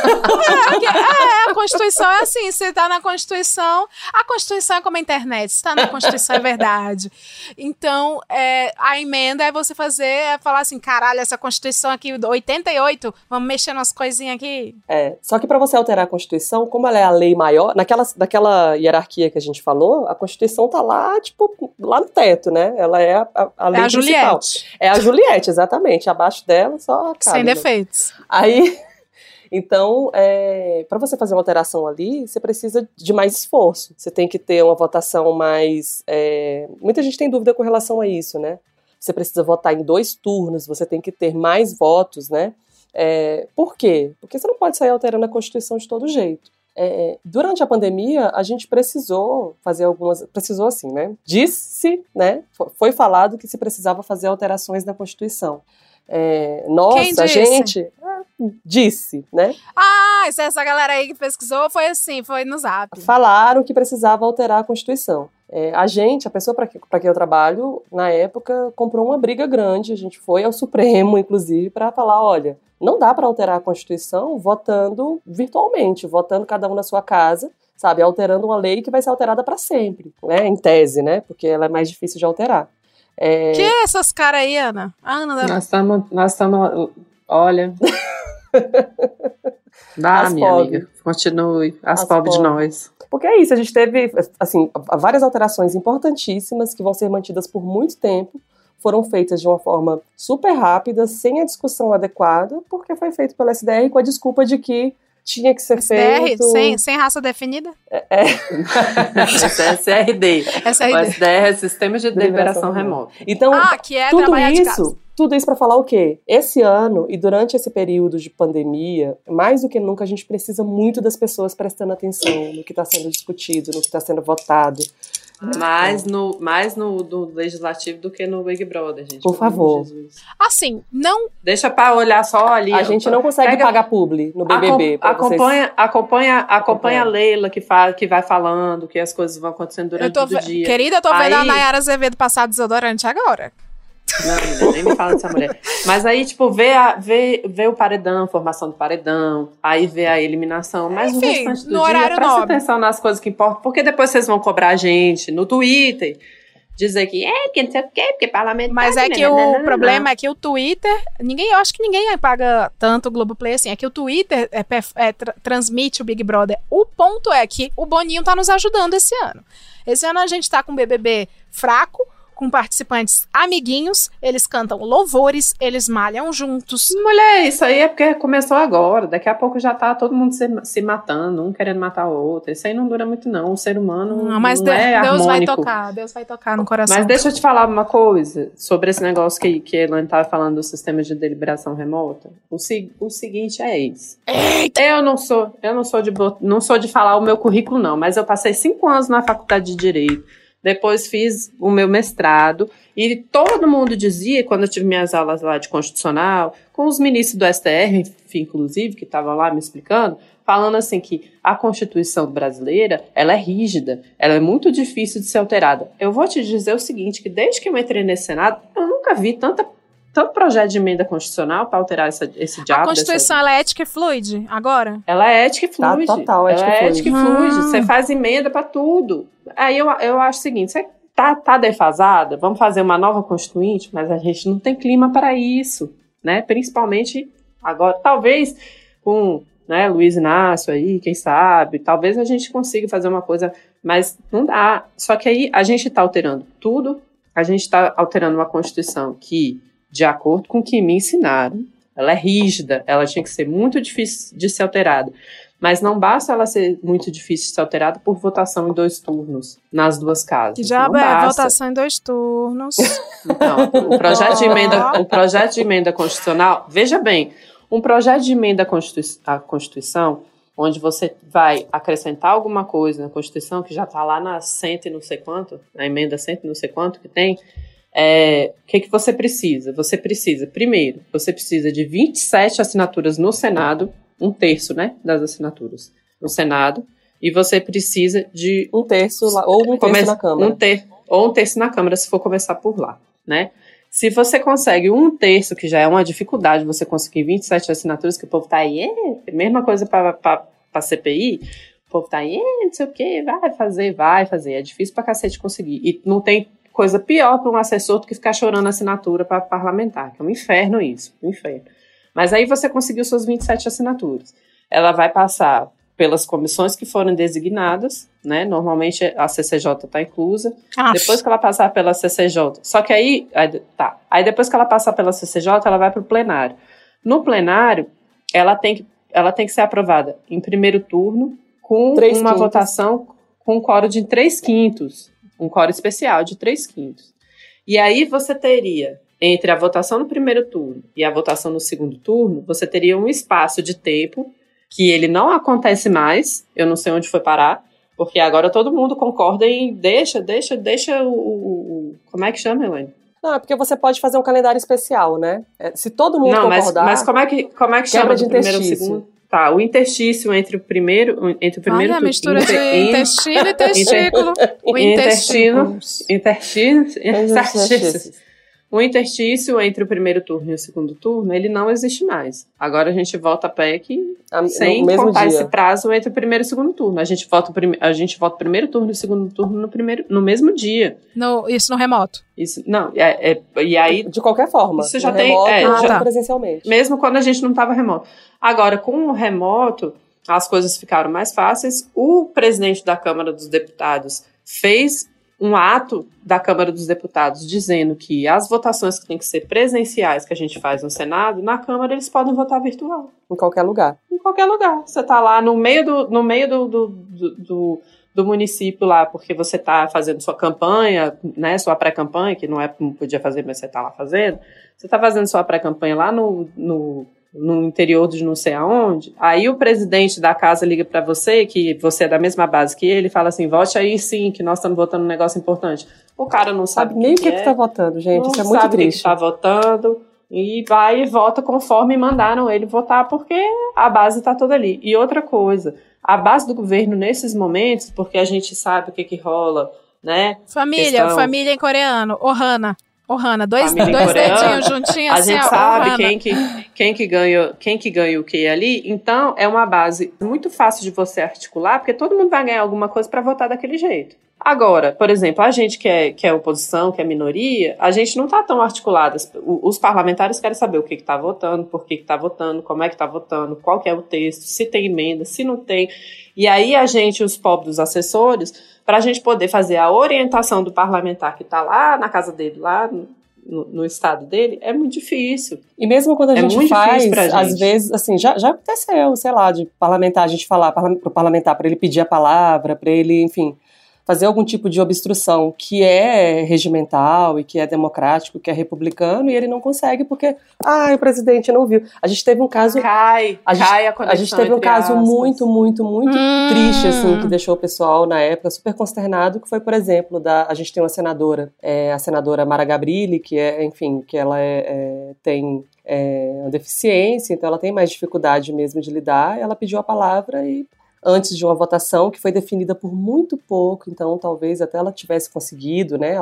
A Constituição é assim, você tá na Constituição, a Constituição é como a internet, se tá na Constituição é verdade. Então, a emenda é você falar assim, caralho, essa Constituição aqui, 88, vamos mexer nas coisinhas aqui. Só que para você alterar a Constituição, como ela é a lei maior, daquela hierarquia que a gente falou, a Constituição tá lá, tipo, lá no teto, né? Ela é a lei principal. Juliette. É a Juliette, exatamente. Abaixo dela, só cabe. Sem defeitos. Aí, então, para você fazer uma alteração ali, você precisa de mais esforço. Você tem que ter uma votação mais... muita gente tem dúvida com relação a isso, né? Você precisa votar em 2 turnos, você tem que ter mais votos, né? Por quê? Porque você não pode sair alterando a Constituição de todo jeito. Durante a pandemia, a gente precisou fazer precisou assim, né? Disse, né? Foi falado que se precisava fazer alterações na Constituição. Quem a disse? gente disse, né? Essa galera aí que pesquisou foi assim, foi no Zap. Falaram que precisava alterar a Constituição. A pessoa para quem eu trabalho, na época, comprou uma briga grande. A gente foi ao Supremo, inclusive, para falar, olha, não dá para alterar a Constituição votando virtualmente, votando cada um na sua casa, sabe? Alterando uma lei que vai ser alterada para sempre, né? Em tese, né? Porque ela é mais difícil de alterar. Que é essas caras aí, Ana? Nós estamos, olha... minha amiga, continue, as pobres de nós. Porque é isso, a gente teve, assim, várias alterações importantíssimas que vão ser mantidas por muito tempo, foram feitas de uma forma super rápida, sem a discussão adequada, porque foi feito pela SDR com a desculpa de que tinha que ser feito... Sem raça definida? Esse é SRD. O SDR é Sistema de Deliberação Remota. Então, que é trabalhar de casa. Tudo isso para falar o quê? Esse ano e durante esse período de pandemia, mais do que nunca, a gente precisa muito das pessoas prestando atenção no que está sendo discutido, no que está sendo votado. Mais no Legislativo do que no Big Brother, gente. Por favor. Assim, não... Deixa para olhar só ali. A gente não consegue pagar publi no BBB. Acompanha a Leila que vai falando, que as coisas vão acontecendo durante o dia. Querida, eu tô vendo a Nayara Azevedo passar desodorante agora. Não, mulher, nem me fala dessa mulher. Mas aí, tipo, vê o paredão, formação do paredão, aí vê a eliminação. Mas enfim, o restante do no dia, horário presta nobre. atenção nas coisas que importam, porque depois vocês vão cobrar a gente no Twitter, dizer que porque não sei o quê, porque parlamentar... Mas é que o problema é que o Twitter, eu acho que ninguém paga tanto o Globoplay assim, é que o Twitter transmite o Big Brother. O ponto é que o Boninho tá nos ajudando esse ano. Esse ano a gente tá com um BBB fraco, com participantes amiguinhos, eles cantam louvores, eles malham juntos. Mulher, isso aí é porque começou agora, daqui a pouco já tá todo mundo se matando, um querendo matar o outro, isso aí não dura muito não, o ser humano não é Deus harmônico. Deus vai tocar no coração. Mas deixa eu te falar uma coisa, sobre esse negócio que a Elaine tava falando do sistema de deliberação remota, o seguinte é isso. Eita! Eu não sou de falar o meu currículo não, mas eu passei 5 anos na faculdade de Direito, depois fiz o meu mestrado, e todo mundo dizia, quando eu tive minhas aulas lá de constitucional, com os ministros do STF, inclusive, que estavam lá me explicando, falando assim que a Constituição brasileira, ela é rígida, ela é muito difícil de ser alterada. Eu vou te dizer o seguinte, que desde que eu entrei nesse Senado, eu nunca vi tanto projeto de emenda constitucional para alterar esse diabo. A Constituição, ela é ética e fluide, agora? Ela é ética e fluide. Tá, total, ela é ética e fluide. Você faz emenda para tudo. Aí eu acho o seguinte, você tá defasada, vamos fazer uma nova Constituinte, mas a gente não tem clima para isso, né? Principalmente agora, talvez com... né, Luiz Inácio aí, quem sabe, talvez a gente consiga fazer uma coisa, mas não dá. Só que aí a gente está alterando tudo, a gente está alterando uma Constituição que, de acordo com o que me ensinaram, ela é rígida, ela tinha que ser muito difícil de ser alterada. Mas não basta ela ser muito difícil de ser alterada por votação em 2 turnos, nas 2 casas. Que diabo é votação em 2 turnos? Então, o projeto de emenda constitucional, veja bem, um projeto de emenda à Constituição, onde você vai acrescentar alguma coisa na Constituição, que já está lá na cento e não sei quanto, na emenda cento e não sei quanto que tem, o que você precisa? Você precisa, primeiro, você precisa de 27 assinaturas no Senado, 1/3, né, das assinaturas no Senado, e você precisa de... 1/3 lá, ou 1/3 na Câmara. Ou 1/3 na Câmara, se for começar por lá, né? Se você consegue 1/3, que já é uma dificuldade, você conseguir 27 assinaturas, que o povo tá aí, mesma coisa para CPI, o povo tá aí, não sei o que, vai fazer. É difícil pra cacete conseguir. E não tem coisa pior para um assessor do que ficar chorando assinatura para parlamentar, que é um inferno isso, um inferno. Mas aí você conseguiu suas 27 assinaturas. Ela vai passar pelas comissões que foram designadas, né? Normalmente a CCJ está inclusa. Depois que ela passar pela CCJ, só que aí depois que ela passar pela CCJ, ela vai para o plenário. No plenário, ela tem que ser aprovada em primeiro turno com uma votação com um quórum de 3/5, um quórum especial de 3/5. E aí você teria, entre a votação no primeiro turno e a votação no segundo turno, você teria um espaço de tempo que ele não acontece mais, eu não sei onde foi parar, porque agora todo mundo concorda em deixa o como é que chama, Elaine? Não, é porque você pode fazer um calendário especial, né? Se todo mundo concordar... Mas como é que chama do primeiro e segundo? Tá, o interstício entre o primeiro turno... a mistura de intestino e testículo. O intestino. O interstício entre o primeiro turno e o segundo turno, ele não existe mais. Agora a gente volta a PEC sem contar esse prazo entre o primeiro e o segundo turno. A gente vota o primeiro turno e o segundo turno no mesmo dia. Isso no remoto? Isso, não, e aí... De qualquer forma. Isso já tem... presencialmente. Mesmo quando a gente não estava remoto. Agora, com o remoto, as coisas ficaram mais fáceis. O presidente da Câmara dos Deputados fez um ato da Câmara dos Deputados dizendo que as votações que têm que ser presenciais que a gente faz no Senado, na Câmara eles podem votar virtual. Em qualquer lugar. Em qualquer lugar. Você está lá no meio do município lá, porque você está fazendo sua campanha, né, sua pré-campanha, que não podia fazer, mas você está lá fazendo. Você está fazendo sua pré-campanha lá no interior de não sei aonde, aí o presidente da casa liga para você, que você é da mesma base que ele, fala assim, vote aí sim, que nós estamos votando um negócio importante. O cara não sabe nem o que está votando, gente, isso é muito triste. Não sabe o que está votando, e vai e vota conforme mandaram ele votar, porque a base está toda ali. E outra coisa, a base do governo nesses momentos, porque a gente sabe o que rola, né? Família em coreano, Ohana, dois dedinhos juntinhos assim, a gente sabe quem que ganha o que ali, então é uma base muito fácil de você articular, porque todo mundo vai ganhar alguma coisa para votar daquele jeito. Agora, por exemplo, a gente que é oposição, que é minoria, a gente não está tão articulada. Os parlamentares querem saber o que está votando, por que está votando, como é que está votando, qual que é o texto, se tem emenda, se não tem. E aí os pobres dos assessores, para a gente poder fazer a orientação do parlamentar que está lá na casa dele, lá no estado dele, é muito difícil. E mesmo quando a gente faz, às vezes, assim, já aconteceu, sei lá, de parlamentar, a gente falar para o parlamentar, para ele pedir a palavra, para ele, enfim, fazer algum tipo de obstrução que é regimental e que é democrático, que é republicano, e ele não consegue porque, o presidente não viu. A gente teve um caso... A gente teve um caso muito, muito, muito triste, assim, que deixou o pessoal, na época, super consternado, que foi, por exemplo, a gente tem uma senadora, a senadora Mara Gabrilli, que ela tem uma deficiência, então ela tem mais dificuldade mesmo de lidar, ela pediu a palavra e antes de uma votação que foi definida por muito pouco, então talvez até ela tivesse conseguido, né,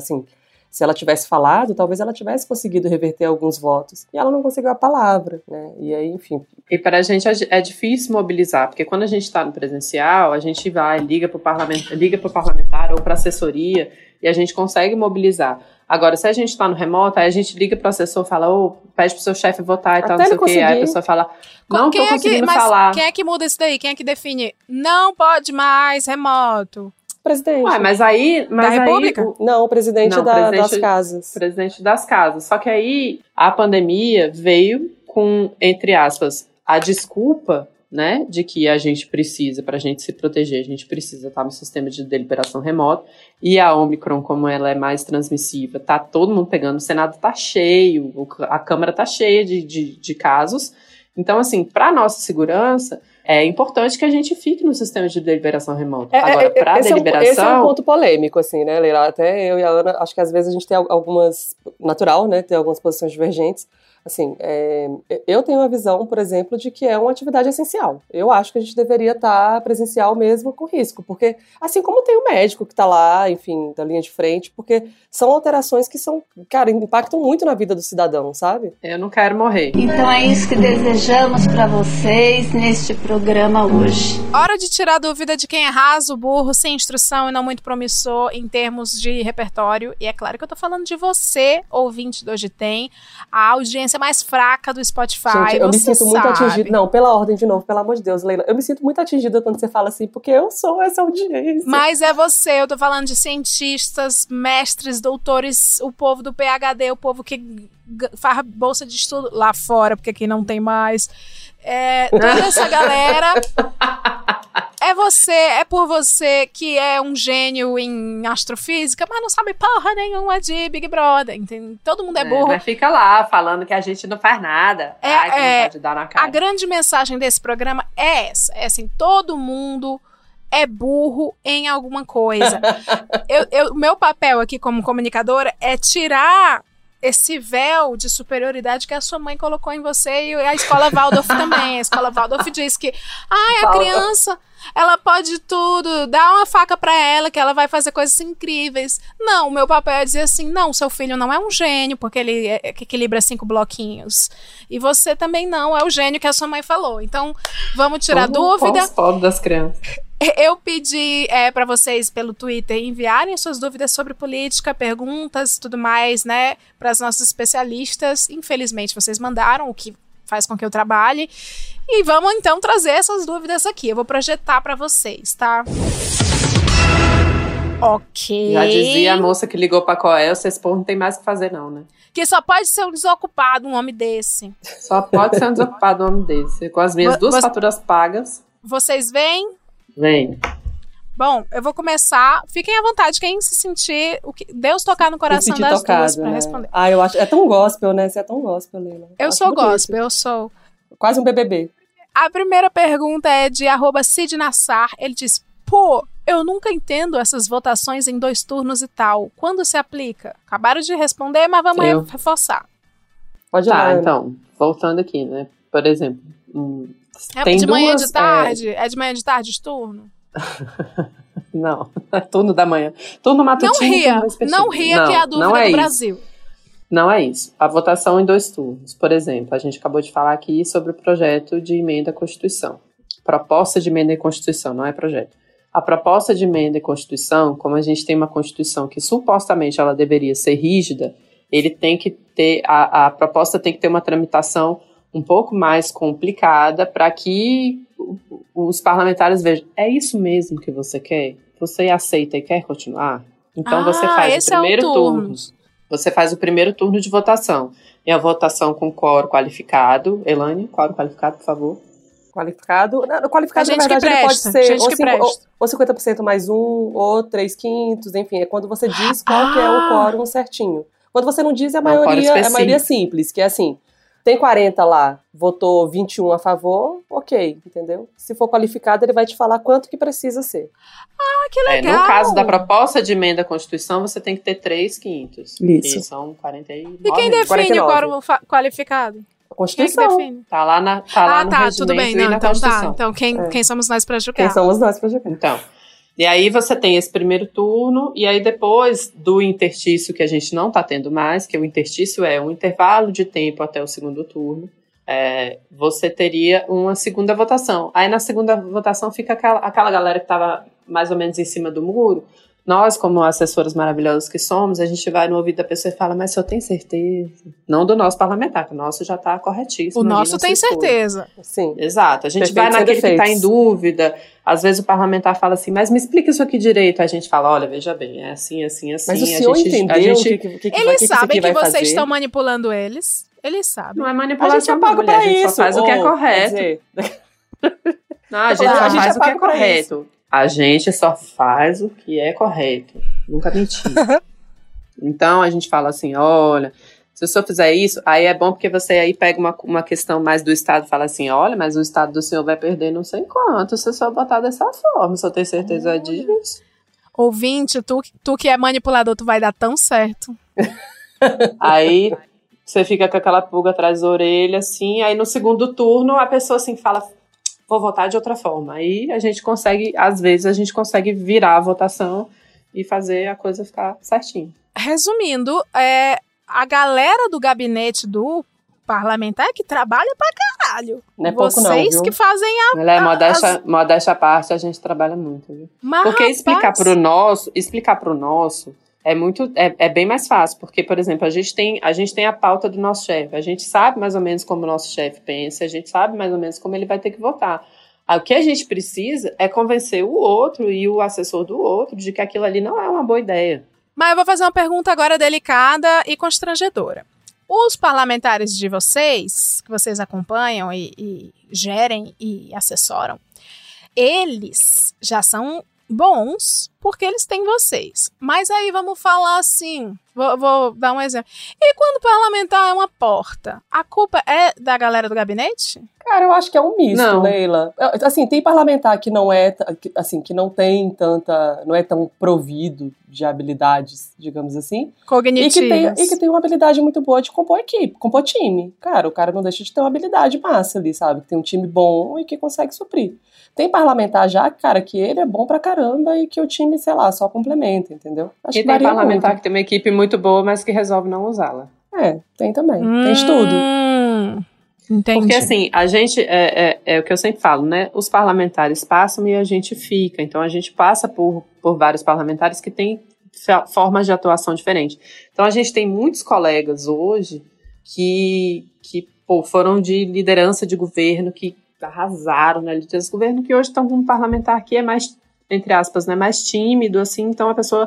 se ela tivesse falado, talvez ela tivesse conseguido reverter alguns votos. E ela não conseguiu a palavra, né? E aí, enfim. E para a gente é difícil mobilizar, porque quando a gente está no presencial, a gente liga para o parlamentar ou para a assessoria e a gente consegue mobilizar. Agora, se a gente está no remoto, aí a gente liga para o assessor e fala, pede pro seu chefe votar e tal, não sei o quê. Aí a pessoa fala, não tô conseguindo falar. Quem é que muda isso daí? Quem é que define? Não pode mais remoto. Presidente. Da República? Não, o presidente das casas. Presidente das casas. Só que aí a pandemia veio com, entre aspas, a desculpa, né, de que a gente precisa, para a gente se proteger, a gente precisa estar no sistema de deliberação remota, e a Omicron, como ela é mais transmissiva, tá todo mundo pegando, o Senado tá cheio, a Câmara tá cheia de casos. Então, assim, para nossa segurança, é importante que a gente fique no sistema de deliberação remota. Agora, para a deliberação... Esse é um ponto polêmico, assim, né, Leila? Até eu e a Ana, acho que às vezes a gente tem algumas... Natural, né, ter algumas posições divergentes. Assim, eu tenho uma visão, por exemplo, de que é uma atividade essencial. Eu acho que a gente deveria estar presencial mesmo com risco, porque assim como tem o médico que está lá, enfim, da linha de frente, porque são alterações que impactam muito na vida do cidadão, sabe? Eu não quero morrer. Então é isso que desejamos para vocês neste programa hoje. Hora de tirar a dúvida de quem é raso, burro, sem instrução e não muito promissor em termos de repertório. E é claro que eu tô falando de você, ouvinte do Hoje Tem, a audiência mais fraca do Spotify. Gente, eu me sinto muito atingida. Não, pela ordem de novo, pelo amor de Deus, Leila. Eu me sinto muito atingida quando você fala assim, porque eu sou essa audiência. Mas é você, eu tô falando de cientistas, mestres, doutores, o povo do PhD, o povo que faz bolsa de estudo lá fora, porque aqui não tem mais. Toda essa galera é por você que é um gênio em astrofísica, mas não sabe porra nenhuma de Big Brother, entende? Todo mundo é burro. Mas fica lá falando que a gente não faz nada. Que não pode dar na cara. A grande mensagem desse programa é essa, assim, todo mundo é burro em alguma coisa. Meu papel aqui como comunicadora é tirar esse véu de superioridade que a sua mãe colocou em você, e a escola Waldorf também. A escola Waldorf diz que a criança, ela pode tudo, dá uma faca pra ela que ela vai fazer coisas incríveis. Não, o meu papel é dizer assim, não, seu filho não é um gênio porque ele equilibra 5 bloquinhos. E você também não é o gênio que a sua mãe falou. Então, vamos tirar dúvida. Os pobres das crianças. Eu pedi para vocês pelo Twitter enviarem suas dúvidas sobre política, perguntas, tudo mais, né, para as nossas especialistas. Infelizmente, vocês mandaram, o que faz com que eu trabalhe. E vamos, então, trazer essas dúvidas aqui. Eu vou projetar para vocês, tá? Ok. Já dizia a moça que ligou pra Coel, vocês não tem mais o que fazer não, né? Que só pode ser um desocupado, um homem desse. Só pode ser um desocupado, um homem desse. Com as minhas duas faturas pagas. Vocês veem? Vem. Bom, eu vou começar. Fiquem à vontade, quem se sentir, Deus tocar no coração das duas pra responder. Eu acho, é tão gospel, né? Você é tão gospel, Leila. Eu sou gospel, eu sou. Quase um BBB. A primeira pergunta é de @SidNassar. Ele diz, eu nunca entendo essas votações em 2 turnos e tal. Quando se aplica? Acabaram de responder, mas vamos reforçar. Pode ir lá. Então, voltando aqui, né? Por exemplo, é de manhã de tarde? É de manhã de tarde de turno? Não, é turno da manhã. Turno matutino. Não ria que é a dúvida do Brasil. Não é isso. A votação em 2 turnos. Por exemplo, a gente acabou de falar aqui sobre o projeto de emenda à Constituição. Proposta de emenda à Constituição, não é projeto. A proposta de emenda à Constituição, como a gente tem uma Constituição que supostamente ela deveria ser rígida, ele tem que ter, a proposta tem que ter uma tramitação um pouco mais complicada para que os parlamentares vejam, é isso mesmo que você quer? Você aceita e quer continuar? Então você faz o primeiro turno. Você faz o primeiro turno de votação. E a votação com quórum qualificado. Elane, quórum qualificado, por favor. Qualificado, na verdade, ele pode ser ou 50% mais 1, ou 3/5, enfim, é quando você diz qual que é o quórum certinho. Quando você não diz, é a maioria simples, que é assim, tem 40 lá, votou 21 a favor, ok, entendeu? Se for qualificado, ele vai te falar quanto que precisa ser. Que legal! No caso da proposta de emenda à Constituição, você tem que ter 3/5. Isso. E são 49. E quem define 49. O quórum qualificado? A Constituição. Quem é que define? Tá lá no regimento tudo bem. Não, então Constituição. Então quem somos nós para julgar? Quem somos nós para julgar? Então, e aí você tem esse primeiro turno, e aí depois do interstício, que a gente não está tendo mais, que o interstício é um intervalo de tempo até o segundo turno, você teria uma segunda votação. Aí na segunda votação fica aquela galera que estava mais ou menos em cima do muro. Nós, como assessoras maravilhosas que somos, a gente vai no ouvido da pessoa e fala, mas eu tenho certeza. Não do nosso parlamentar, que o nosso já está corretíssimo. O nosso tem certeza. Sim. Exato. A gente vai naquele que está em dúvida. Às vezes o parlamentar fala assim, mas me explica isso aqui direito. A gente fala, olha, veja bem, é assim, assim, assim. Mas o senhor entendeu o que eles sabem que vocês estão manipulando eles. Eles sabem. Não é manipulação, a gente é pago pra isso. A gente só faz o que é correto. Não, a gente só faz o que é correto. A gente só faz o que é correto. Nunca mentir. Então, a gente fala assim, olha, se o senhor fizer isso, aí é bom porque você aí pega uma questão mais do Estado e fala assim, olha, mas o Estado do senhor vai perder não sei quanto se o senhor botar dessa forma. O senhor tem certeza disso? Ouvinte, tu que é manipulador, tu vai dar tão certo. Aí você fica com aquela pulga atrás da orelha, assim, aí no segundo turno a pessoa assim fala, vou votar de outra forma. Aí a gente consegue, às vezes, virar a votação e fazer a coisa ficar certinho. Resumindo, a galera do gabinete do parlamentar que trabalha pra caralho. Não é pouco Vocês não, que fazem modéstia à parte, a gente trabalha muito, viu? Mas, porque explicar pro nosso é bem mais fácil, porque, por exemplo, a gente tem a pauta do nosso chefe, a gente sabe mais ou menos como o nosso chefe pensa, a gente sabe mais ou menos como ele vai ter que votar. O que a gente precisa é convencer o outro e o assessor do outro de que aquilo ali não é uma boa ideia. Mas eu vou fazer uma pergunta agora delicada e constrangedora. Os parlamentares de vocês, que vocês acompanham e gerem e assessoram, eles já são bons porque eles têm vocês. Mas aí vamos falar assim, vou dar um exemplo. E quando o parlamentar é uma porta, a culpa é da galera do gabinete? Cara, eu acho que é um misto, não. Leila. Assim, tem parlamentar que não é, assim, que não tem tanta, não é tão provido de habilidades, digamos assim. Cognitivas. E que tem uma habilidade muito boa de compor equipe, compor time. Cara, o cara não deixa de ter uma habilidade massa ali, sabe? Que tem um time bom e que consegue suprir. Tem parlamentar já, cara, que ele é bom pra caramba e que o time, sei lá, só complementa, entendeu? Acho que tem parlamentar que tem uma equipe muito boa, mas que resolve não usá-la. Tem também. Tem estudo. Entendi. Porque assim, a gente, é o que eu sempre falo, né? Os parlamentares passam e a gente fica. Então a gente passa por vários parlamentares que têm formas de atuação diferentes. Então a gente tem muitos colegas hoje que foram de liderança de governo, que arrasaram na liderança de governo, que hoje estão com um parlamentar que é mais, entre aspas, né, mais tímido, assim, então a pessoa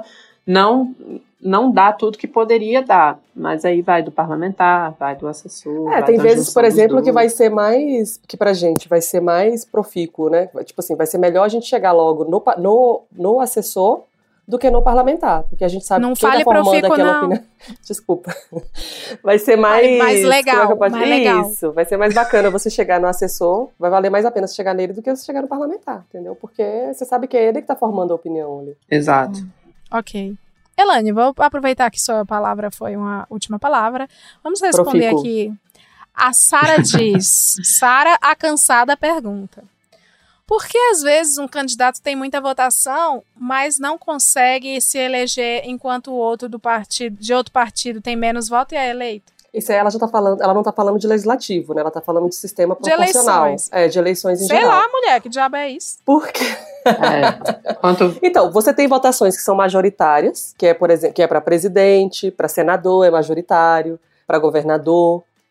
não dá tudo que poderia dar, mas aí vai do parlamentar, vai do assessor. Tem vezes, por exemplo, que vai ser mais, que pra gente vai ser mais profícuo, né? Tipo assim, vai ser melhor a gente chegar logo no assessor do que no parlamentar, porque a gente sabe não que quem tá formando aquela opinião. Desculpa. Vai ser mais legal, mais legal. Isso, vai ser mais bacana você chegar no assessor, vai valer mais a pena você chegar nele do que você chegar no parlamentar, entendeu? Porque você sabe que é ele que tá formando a opinião ali. Exato. Ok. Elane, vou aproveitar que sua palavra foi uma última palavra. Vamos responder aqui. A Sara diz, Sara, a cansada, pergunta. Por que às vezes um candidato tem muita votação, mas não consegue se eleger enquanto o outro de outro partido tem menos voto e é eleito? Isso aí ela já tá falando, ela não tá falando de legislativo, né? Ela tá falando de sistema proporcional. Eleições. De eleições em Sei geral. Sei lá, mulher, que diabo é isso? Por quê? Então, você tem votações que são majoritárias, que é, por exemplo, que é para presidente, para senador é majoritário, para governador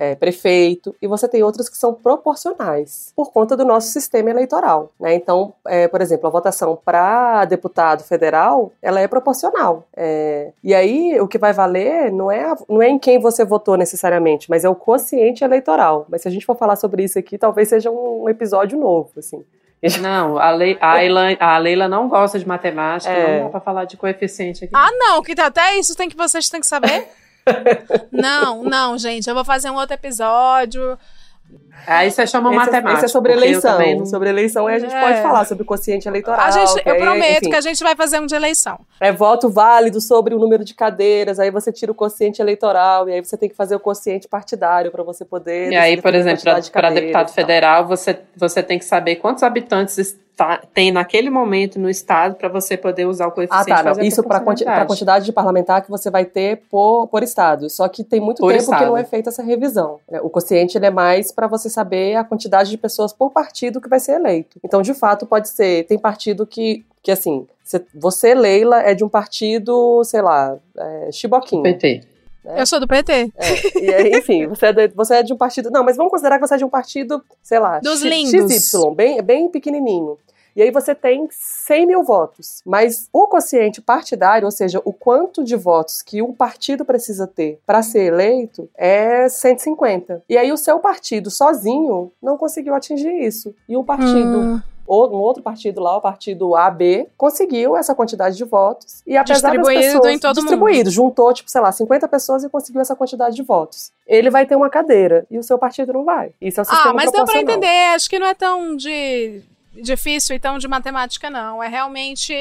prefeito, e você tem outras que são proporcionais, por conta do nosso sistema eleitoral, né? Então, por exemplo, a votação para deputado federal, ela é proporcional. E aí, o que vai valer não é em quem você votou necessariamente, mas é o quociente eleitoral. Mas se a gente for falar sobre isso aqui, talvez seja um episódio novo, assim. Não, a Leila não gosta de matemática, não dá pra falar de coeficiente aqui. Ah, não, que até isso vocês têm que saber. Não, gente, eu vou fazer um outro episódio. Aí você chama matemática. Esse é sobre eleição. Sobre eleição aí a gente pode falar sobre o quociente eleitoral. Eu prometo que a gente vai fazer um de eleição. Voto válido sobre o número de cadeiras, aí você tira o quociente eleitoral, e aí você tem que fazer o quociente partidário para você poder... E aí, por exemplo, para deputado federal, você tem que saber quantos habitantes tem naquele momento no estado para você poder usar o coeficiente. Não. Isso para a quantidade de parlamentar que você vai ter por estado. Só que tem muito tempo que não é feita essa revisão. O quociente ele é mais para você saber a quantidade de pessoas por partido que vai ser eleito. Então, de fato, pode ser... Tem partido que assim, você, Leila, é de um partido, sei lá, Chiboquinho. PT. Eu sou do PT. Enfim, você é de um partido... Não, mas vamos considerar que você é de um partido, sei lá... Dos lindos. XY, bem pequenininho. E aí você tem 100 mil votos. Mas o quociente partidário, ou seja, o quanto de votos que um partido precisa ter para ser eleito, é 150. E aí o seu partido sozinho não conseguiu atingir isso. E um partido... ou um outro partido lá, o partido AB, conseguiu essa quantidade de votos. E apesar das pessoas... em todo mundo. Juntou, 50 pessoas e conseguiu essa quantidade de votos. Ele vai ter uma cadeira e o seu partido não vai. Isso é o sistema mas proporcional. deu pra entender. Acho que não é tão difícil e tão de matemática, não. É realmente...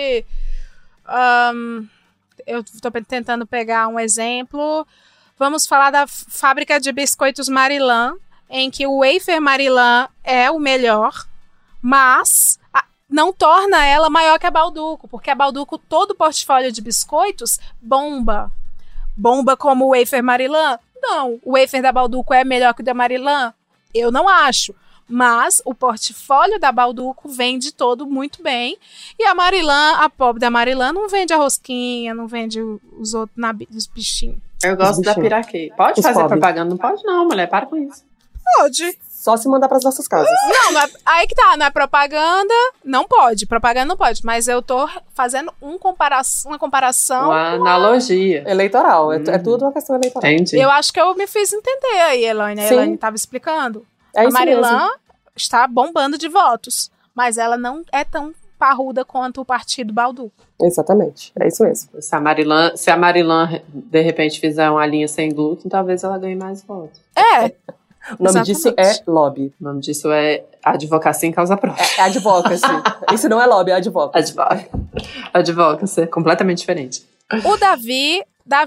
eu tô tentando pegar um exemplo. Vamos falar da fábrica de biscoitos Marilã, em que o wafer Marilã é o melhor, mas não torna ela maior que a Bauducco, porque a Bauducco, todo o portfólio de biscoitos, bomba. Bomba como o wafer Marilã? Não. O wafer da Bauducco é melhor que o da Marilã? Eu não acho. Mas o portfólio da Bauducco vende todo muito bem. E a Marilã, a pobre da Marilã, não vende a rosquinha, não vende os outros os bichinhos. Eu gosto da piraquê. Pode fazer propaganda? Não pode não, mulher. Para com isso. Pode. Só se mandar pras nossas casas. Não é, aí que tá, não é propaganda, não pode, propaganda não pode, mas eu tô fazendo uma comparação... Uma analogia. Eleitoral, é tudo uma questão eleitoral. Entendi. Eu acho que eu me fiz entender aí, Elaine. A Elaine tava explicando. É a Marilã mesmo. está bombando de votos, mas ela não é tão parruda quanto o partido Bauducco. Exatamente, é isso mesmo. Se a Marilã de repente fizer uma linha sem glúten, talvez ela ganhe mais votos. O nome disso é lobby. O nome disso é advocacia em causa própria. É advocacy. Isso não é lobby, é advocacy. Advocacy, é completamente diferente. O Davi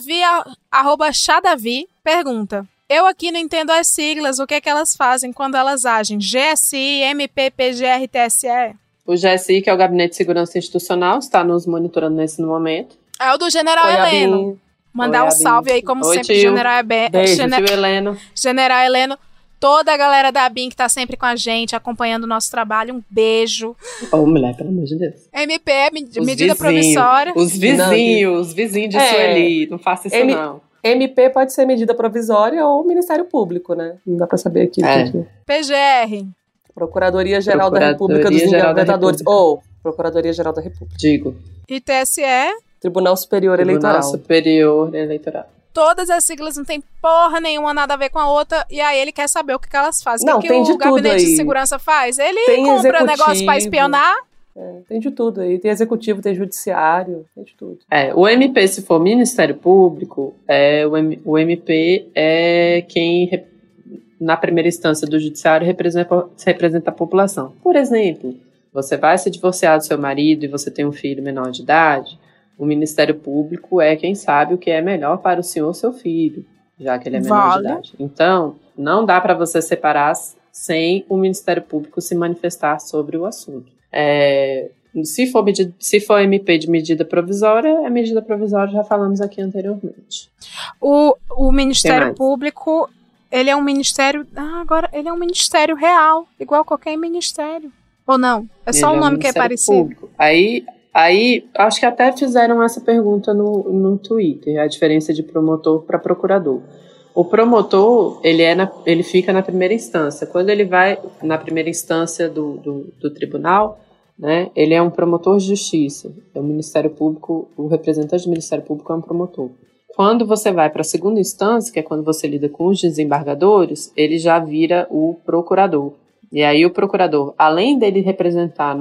@chadavi, pergunta: eu aqui não entendo as siglas, o que é que elas fazem quando elas agem? GSI, MP, PGR, TSE? O GSI, que é o Gabinete de Segurança Institucional, está nos monitorando nesse momento. É o do General Heleno. Mandar um salve aí, como sempre, General Heleno. General Heleno, toda a galera da ABIN que tá sempre com a gente, acompanhando o nosso trabalho, um beijo. Mulher, pelo amor de Deus. MP é medida provisória. Os vizinhos de Sueli, não faça isso não. MP pode ser medida provisória ou Ministério Público, né? Não dá pra saber aqui. PGR. Procuradoria-Geral da República dos Engadadores. Ou Procuradoria-Geral da República. Digo. E TSE? Tribunal Superior Eleitoral. Tribunal Superior Eleitoral. Todas as siglas não tem porra nenhuma, nada a ver com a outra, e aí ele quer saber o que elas fazem. Não, o que tem o Gabinete de Segurança faz? Ele compra negócio pra espionar. Tem de tudo aí. Tem executivo, tem judiciário, tem de tudo. O MP, se for Ministério Público, o MP é quem, na primeira instância do judiciário, representa a população. Por exemplo, você vai se divorciar do seu marido e você tem um filho menor de idade, o Ministério Público é quem sabe o que é melhor para o senhor ou seu filho, já que ele é menor de idade. Então, não dá para você separar sem o Ministério Público se manifestar sobre o assunto. Se for MP de medida provisória, é medida provisória, já falamos aqui anteriormente. O Ministério Público, ele é um ministério... agora ele é um ministério real, igual qualquer ministério. Ou não? É só um nome que é parecido? Público. Aí, acho que até fizeram essa pergunta no Twitter, a diferença de promotor para procurador. O promotor, ele fica na primeira instância. Quando ele vai na primeira instância do tribunal, né, ele é um promotor de justiça. É o Ministério Público, o representante do Ministério Público é um promotor. Quando você vai para a segunda instância, que é quando você lida com os desembargadores, ele já vira o procurador. E aí o procurador, além dele representar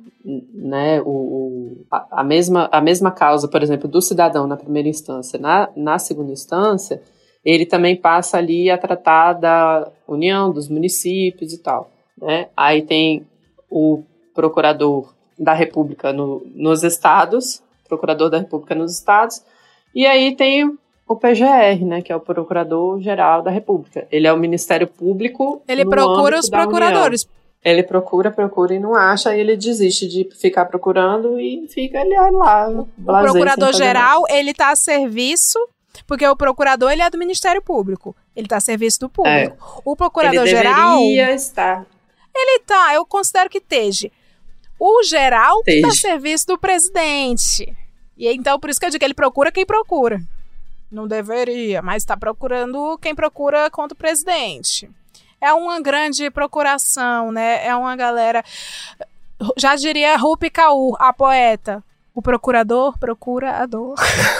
a mesma causa, por exemplo, do cidadão na primeira instância, na segunda instância, ele também passa ali a tratar da União, dos municípios e tal, né? Aí tem o procurador da República nos estados, procurador da República nos estados, e aí tem o PGR, né, que é o Procurador-Geral da República. Ele é o Ministério Público. Ele procura os procuradores. União. Ele procura e não acha, aí ele desiste de ficar procurando e fica ali lá. O Procurador-Geral, ele tá a serviço, porque o procurador, ele é do Ministério Público. Ele tá a serviço do público. O Procurador-Geral... Ele deveria estar. Ele tá, eu considero que esteja. O geral que tá a serviço do presidente. E então, por isso que eu digo que ele procura quem procura. Não deveria, mas está procurando quem procura contra o presidente. É uma grande procuração, né? É uma galera... Já diria Rupi Kaur, a poeta. O procurador procura a dor.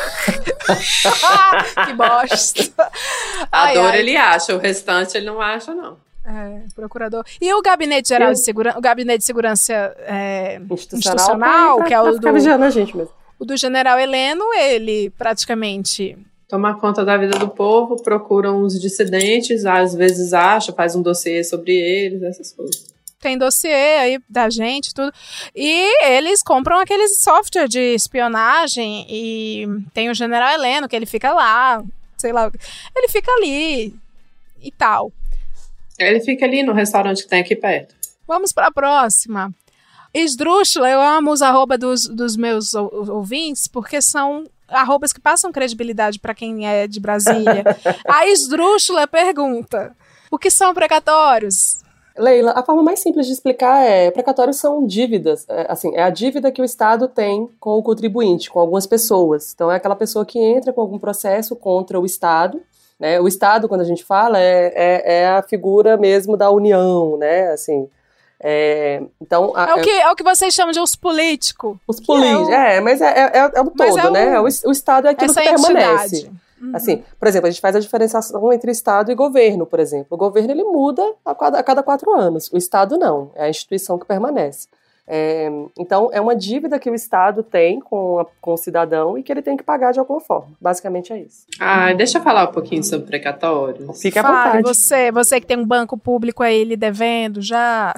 Que bosta. A dor ele acha, o restante ele não acha, não. Procurador. E o Gabinete Geral de Segurança, o Gabinete de Segurança Institucional, que é o do... vigiando a gente mesmo. O do General Heleno, ele praticamente... Toma conta da vida do povo, procuram os dissidentes, às vezes acha, faz um dossiê sobre eles, essas coisas. Tem dossiê aí da gente, tudo. E eles compram aqueles software de espionagem e tem o General Heleno, que ele fica lá, sei lá, ele fica ali e tal. Ele fica ali no restaurante que tem aqui perto. Vamos para a próxima. Esdrúxula, eu amo os arroba dos meus ouvintes, porque são arrobas que passam credibilidade para quem é de Brasília. A Esdrúxula pergunta, o que são precatórios? Leila, a forma mais simples de explicar precatórios são dívidas, é a dívida que o Estado tem com o contribuinte, com algumas pessoas. Então é aquela pessoa que entra com algum processo contra o Estado, né? O Estado, quando a gente fala, é a figura mesmo da União, né, assim... Então, é o que vocês chamam de os políticos. Os políticos, mas é o todo, né? O Estado é aquilo que permanece. Uhum. Assim, por exemplo, a gente faz a diferenciação entre Estado e governo, por exemplo. O governo, ele muda a cada 4 anos. O Estado não, é a instituição que permanece. Então, é uma dívida que o Estado tem com o cidadão e que ele tem que pagar de alguma forma. Basicamente é isso. Deixa eu falar um pouquinho sobre precatórios. Fica à vontade. Você que tem um banco público aí lhe devendo já...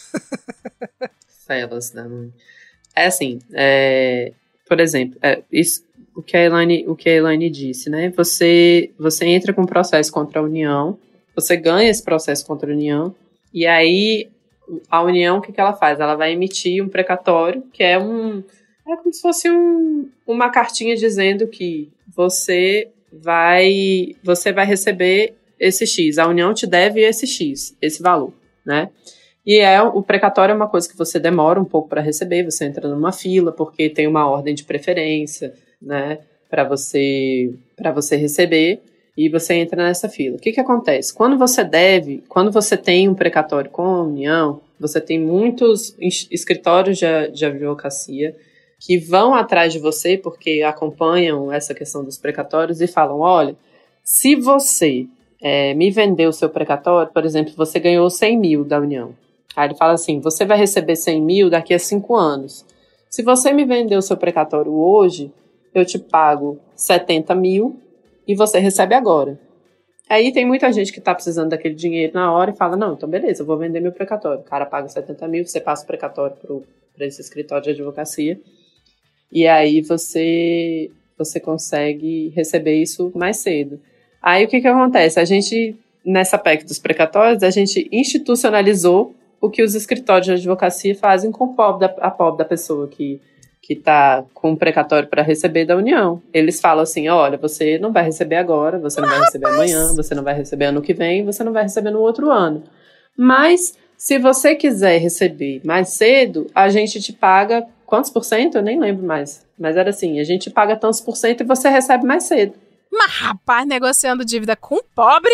Felas da mãe. Assim, por exemplo, isso, o que a Elaine disse, né? Você entra com um processo contra a União, você ganha esse processo contra a União, e aí a União, o que ela faz? Ela vai emitir um precatório, que é como se fosse uma cartinha dizendo que você vai receber esse X, a União te deve esse X, esse valor, né? E o precatório é uma coisa que você demora um pouco para receber, você entra numa fila, porque tem uma ordem de preferência, né, para você receber, e você entra nessa fila. O que acontece? Quando você tem um precatório com a União, você tem muitos escritórios de advocacia que vão atrás de você, porque acompanham essa questão dos precatórios e falam, olha, se você me vender o seu precatório, por exemplo, você ganhou 100 mil da União. Aí ele fala assim, você vai receber 100 mil daqui a 5 anos. Se você me vender o seu precatório hoje, eu te pago 70 mil e você recebe agora. Aí tem muita gente que está precisando daquele dinheiro na hora e fala, não, então beleza, eu vou vender meu precatório. O cara paga 70 mil, você passa o precatório para esse escritório de advocacia e aí você consegue receber isso mais cedo. Aí o que acontece? A gente, nessa PEC dos precatórios, a gente institucionalizou o que os escritórios de advocacia fazem com a pobre da pessoa que está com um precatório para receber da União. Eles falam assim, olha, você não vai receber agora, você não vai receber amanhã, você não vai receber ano que vem, você não vai receber no outro ano. Mas, se você quiser receber mais cedo, a gente te paga quantos por cento? Eu nem lembro mais. Mas era assim, a gente paga tantos por cento e você recebe mais cedo. Mas, rapaz, negociando dívida com pobre?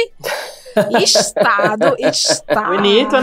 Estado. Bonito,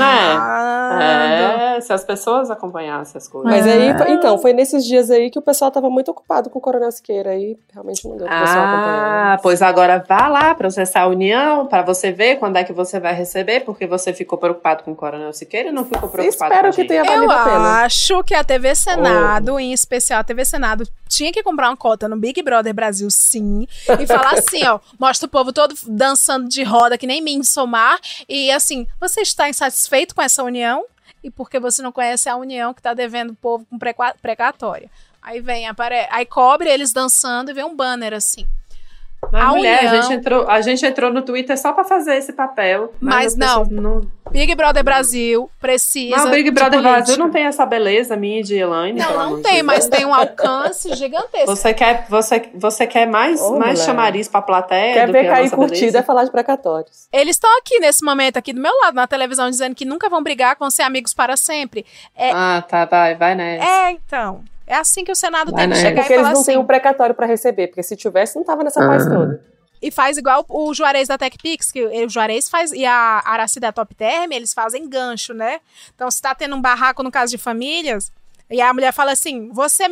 né? Se as pessoas acompanhassem as coisas. Mas aí, então, foi nesses dias aí que o pessoal tava muito ocupado com o Coronel Siqueira, aí realmente não deu pro pessoal acompanhar. Pois agora vá lá processar a União, pra você ver quando é que você vai receber, porque você ficou preocupado com o Coronel Siqueira e não ficou preocupado com a gente. Espero que tenha valido a pena. Eu acho que a TV Senado, em especial a TV Senado, tinha que comprar uma cota no Big Brother Brasil, sim, e falar assim, ó, mostra o povo todo dançando de roda, que nem Midsommar, e assim, você está insatisfeito com essa união? E porque você não conhece a união que está devendo o povo com precatória. Aí vem, aí cobre eles dançando e vem um banner assim. Mas, mulher, a gente entrou no Twitter só pra fazer esse papel. Mas não. Big Brother Brasil precisa. Mas o Big Brother Brasil não tem essa beleza minha e de Elaine. Não tem, mas tem um alcance gigantesco. Você quer mais chamariz pra plateia? Quer ver cair curtida é falar de precatórios. Eles estão aqui nesse momento, aqui do meu lado, na televisão, dizendo que nunca vão brigar, que vão ser amigos para sempre. Tá, vai nessa. Então. É assim que o Senado tem que chegar e falar assim. Porque eles não têm um precatório pra receber, porque se tivesse, não tava nessa paz toda. E faz igual o Juarez da TechPix, que o Juarez faz, e a Araci da Top Term, eles fazem gancho, né? Então, se tá tendo um barraco no caso de famílias, e a mulher fala assim, você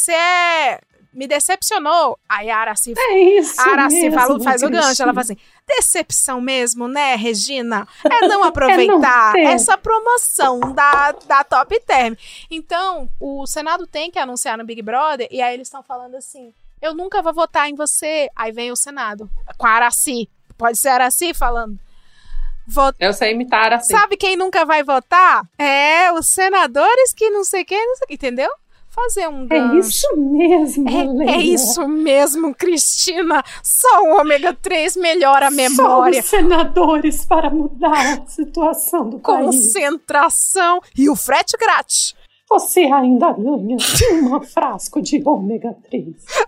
me decepcionou. Aí a Araci, faz o gancho, ela fala assim, decepção mesmo, né, Regina? É não aproveitar essa promoção da Top Term. Então, o Senado tem que anunciar no Big Brother, e aí eles estão falando assim, eu nunca vou votar em você. Aí vem o Senado, com a Araci. Pode ser a Araci falando. Eu sei imitar a Araci. Sabe quem nunca vai votar? Os senadores que não sei quem, entendeu? Fazer um gancho. É isso mesmo, É isso mesmo, Cristina. Só o ômega 3 melhora a memória. Só os senadores para mudar a situação do país. Concentração e o frete grátis. Você ainda ganha um frasco de ômega 3.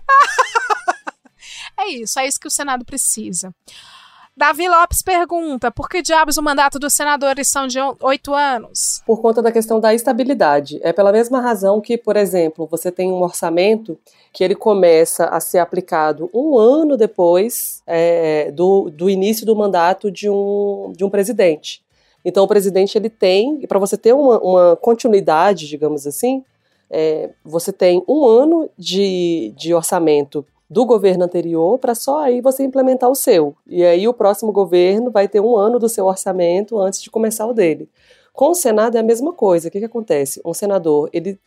É isso que o Senado precisa. Davi Lopes pergunta, por que diabos o mandato dos senadores são de 8 anos? Por conta da questão da estabilidade. É pela mesma razão que, por exemplo, você tem um orçamento que ele começa a ser aplicado um ano depois do início do mandato de um presidente. Então, o presidente, ele tem, para você ter uma continuidade, digamos assim, você tem um ano de orçamento do governo anterior para só aí você implementar o seu. E aí o próximo governo vai ter um ano do seu orçamento antes de começar o dele. Com o Senado é a mesma coisa. O que acontece? Um senador,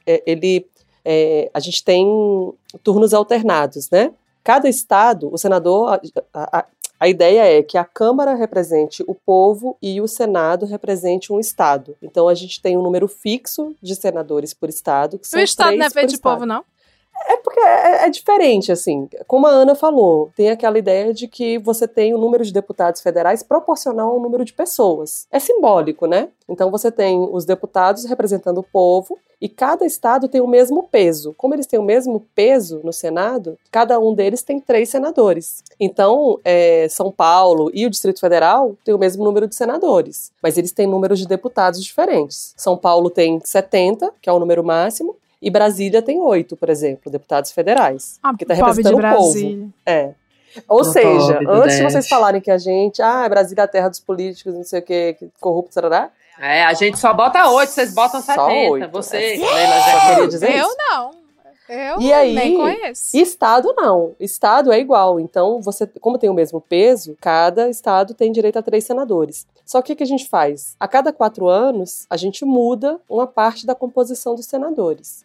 a gente tem turnos alternados, né? Cada estado, o senador, a ideia é que a Câmara represente o povo e o Senado represente um estado. Então a gente tem um número fixo de senadores por estado. Que são o estado 3 não é feito de povo, não? É porque é diferente, assim. Como a Ana falou, tem aquela ideia de que você tem o número de deputados federais proporcional ao número de pessoas. É simbólico, né? Então você tem os deputados representando o povo e cada estado tem o mesmo peso. Como eles têm o mesmo peso no Senado, cada um deles tem 3 senadores. Então, São Paulo e o Distrito Federal têm o mesmo número de senadores, mas eles têm números de deputados diferentes. São Paulo tem 70, que é o número máximo, e Brasília tem 8, por exemplo, deputados federais. Que está representando o povo. Ou seja, antes de vocês falarem que a gente, Brasília é a terra dos políticos, não sei o que corrupto, sarará. A gente só bota 8, vocês botam 70. Só 8. Você, Leila, já queria dizer isso? Eu não. Eu e aí, nem conheço. Estado não. Estado é igual. Então, como tem o mesmo peso, cada estado tem direito a 3 senadores. Só que o que a gente faz? A cada 4 anos, a gente muda uma parte da composição dos senadores.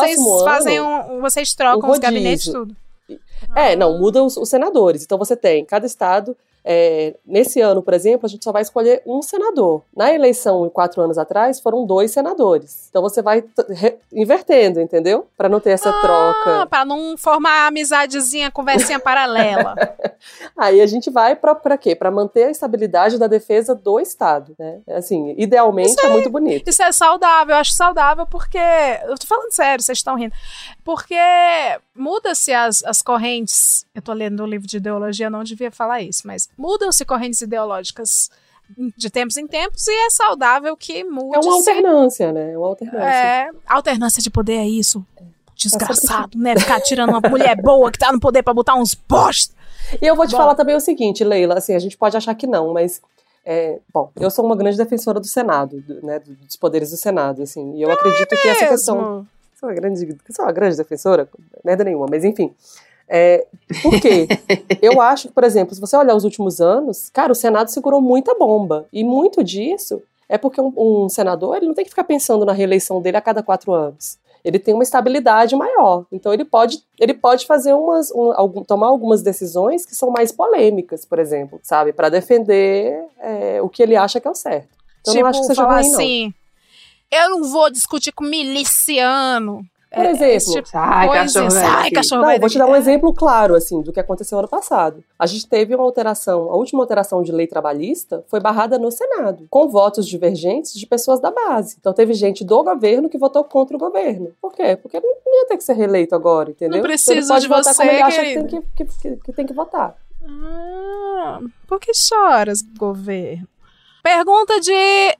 Vocês trocam os gabinetes e tudo. Não, mudam os senadores. Então você tem, cada estado, nesse ano, por exemplo, a gente só vai escolher um senador. Na eleição, 4 anos atrás, foram 2 senadores. Então você vai invertendo, entendeu? Para não ter essa troca. Para não formar amizadezinha, conversinha paralela. Aí a gente vai para quê? Para manter a estabilidade da defesa do estado, né? Assim, idealmente é muito bonito. Isso é saudável, eu acho saudável porque, eu tô falando sério, vocês estão rindo, porque muda-se as correntes, eu tô lendo um livro de ideologia, eu não devia falar isso, mas mudam-se correntes ideológicas de tempos em tempos e é saudável que mude. É uma alternância, né? Uma alternância. Alternância de poder é isso. Desgraçado, né? Ficar tirando uma mulher boa que tá no poder pra botar uns bosta. E eu vou te falar também o seguinte, Leila, assim, a gente pode achar que não, mas... bom, eu sou uma grande defensora do Senado, né, dos poderes do Senado, assim, e eu acredito que essa questão... Sou uma grande defensora? Merda nenhuma, mas enfim... Por quê? Eu acho que, por exemplo, se você olhar os últimos anos, cara, o Senado segurou muita bomba. E muito disso é porque um senador, ele não tem que ficar pensando na reeleição dele a cada 4 anos. Ele tem uma estabilidade maior. Então ele pode fazer tomar algumas decisões que são mais polêmicas, por exemplo, sabe? Para defender o que ele acha que é o certo. Então eu não acho que seja ruim, assim, não. Eu não vou discutir com miliciano. Por exemplo, cachorro velho. Vou te dar um exemplo claro, assim, do que aconteceu ano passado. A gente teve uma alteração, a última alteração de lei trabalhista foi barrada no Senado, com votos divergentes de pessoas da base. Então teve gente do governo que votou contra o governo. Por quê? Porque não ia ter que ser reeleito agora, entendeu? Não precisa então ele pode de votar você, como ele acha querido. que tem que votar. Por que choras, governo? Pergunta de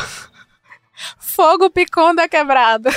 Fogo Picon da Quebrada.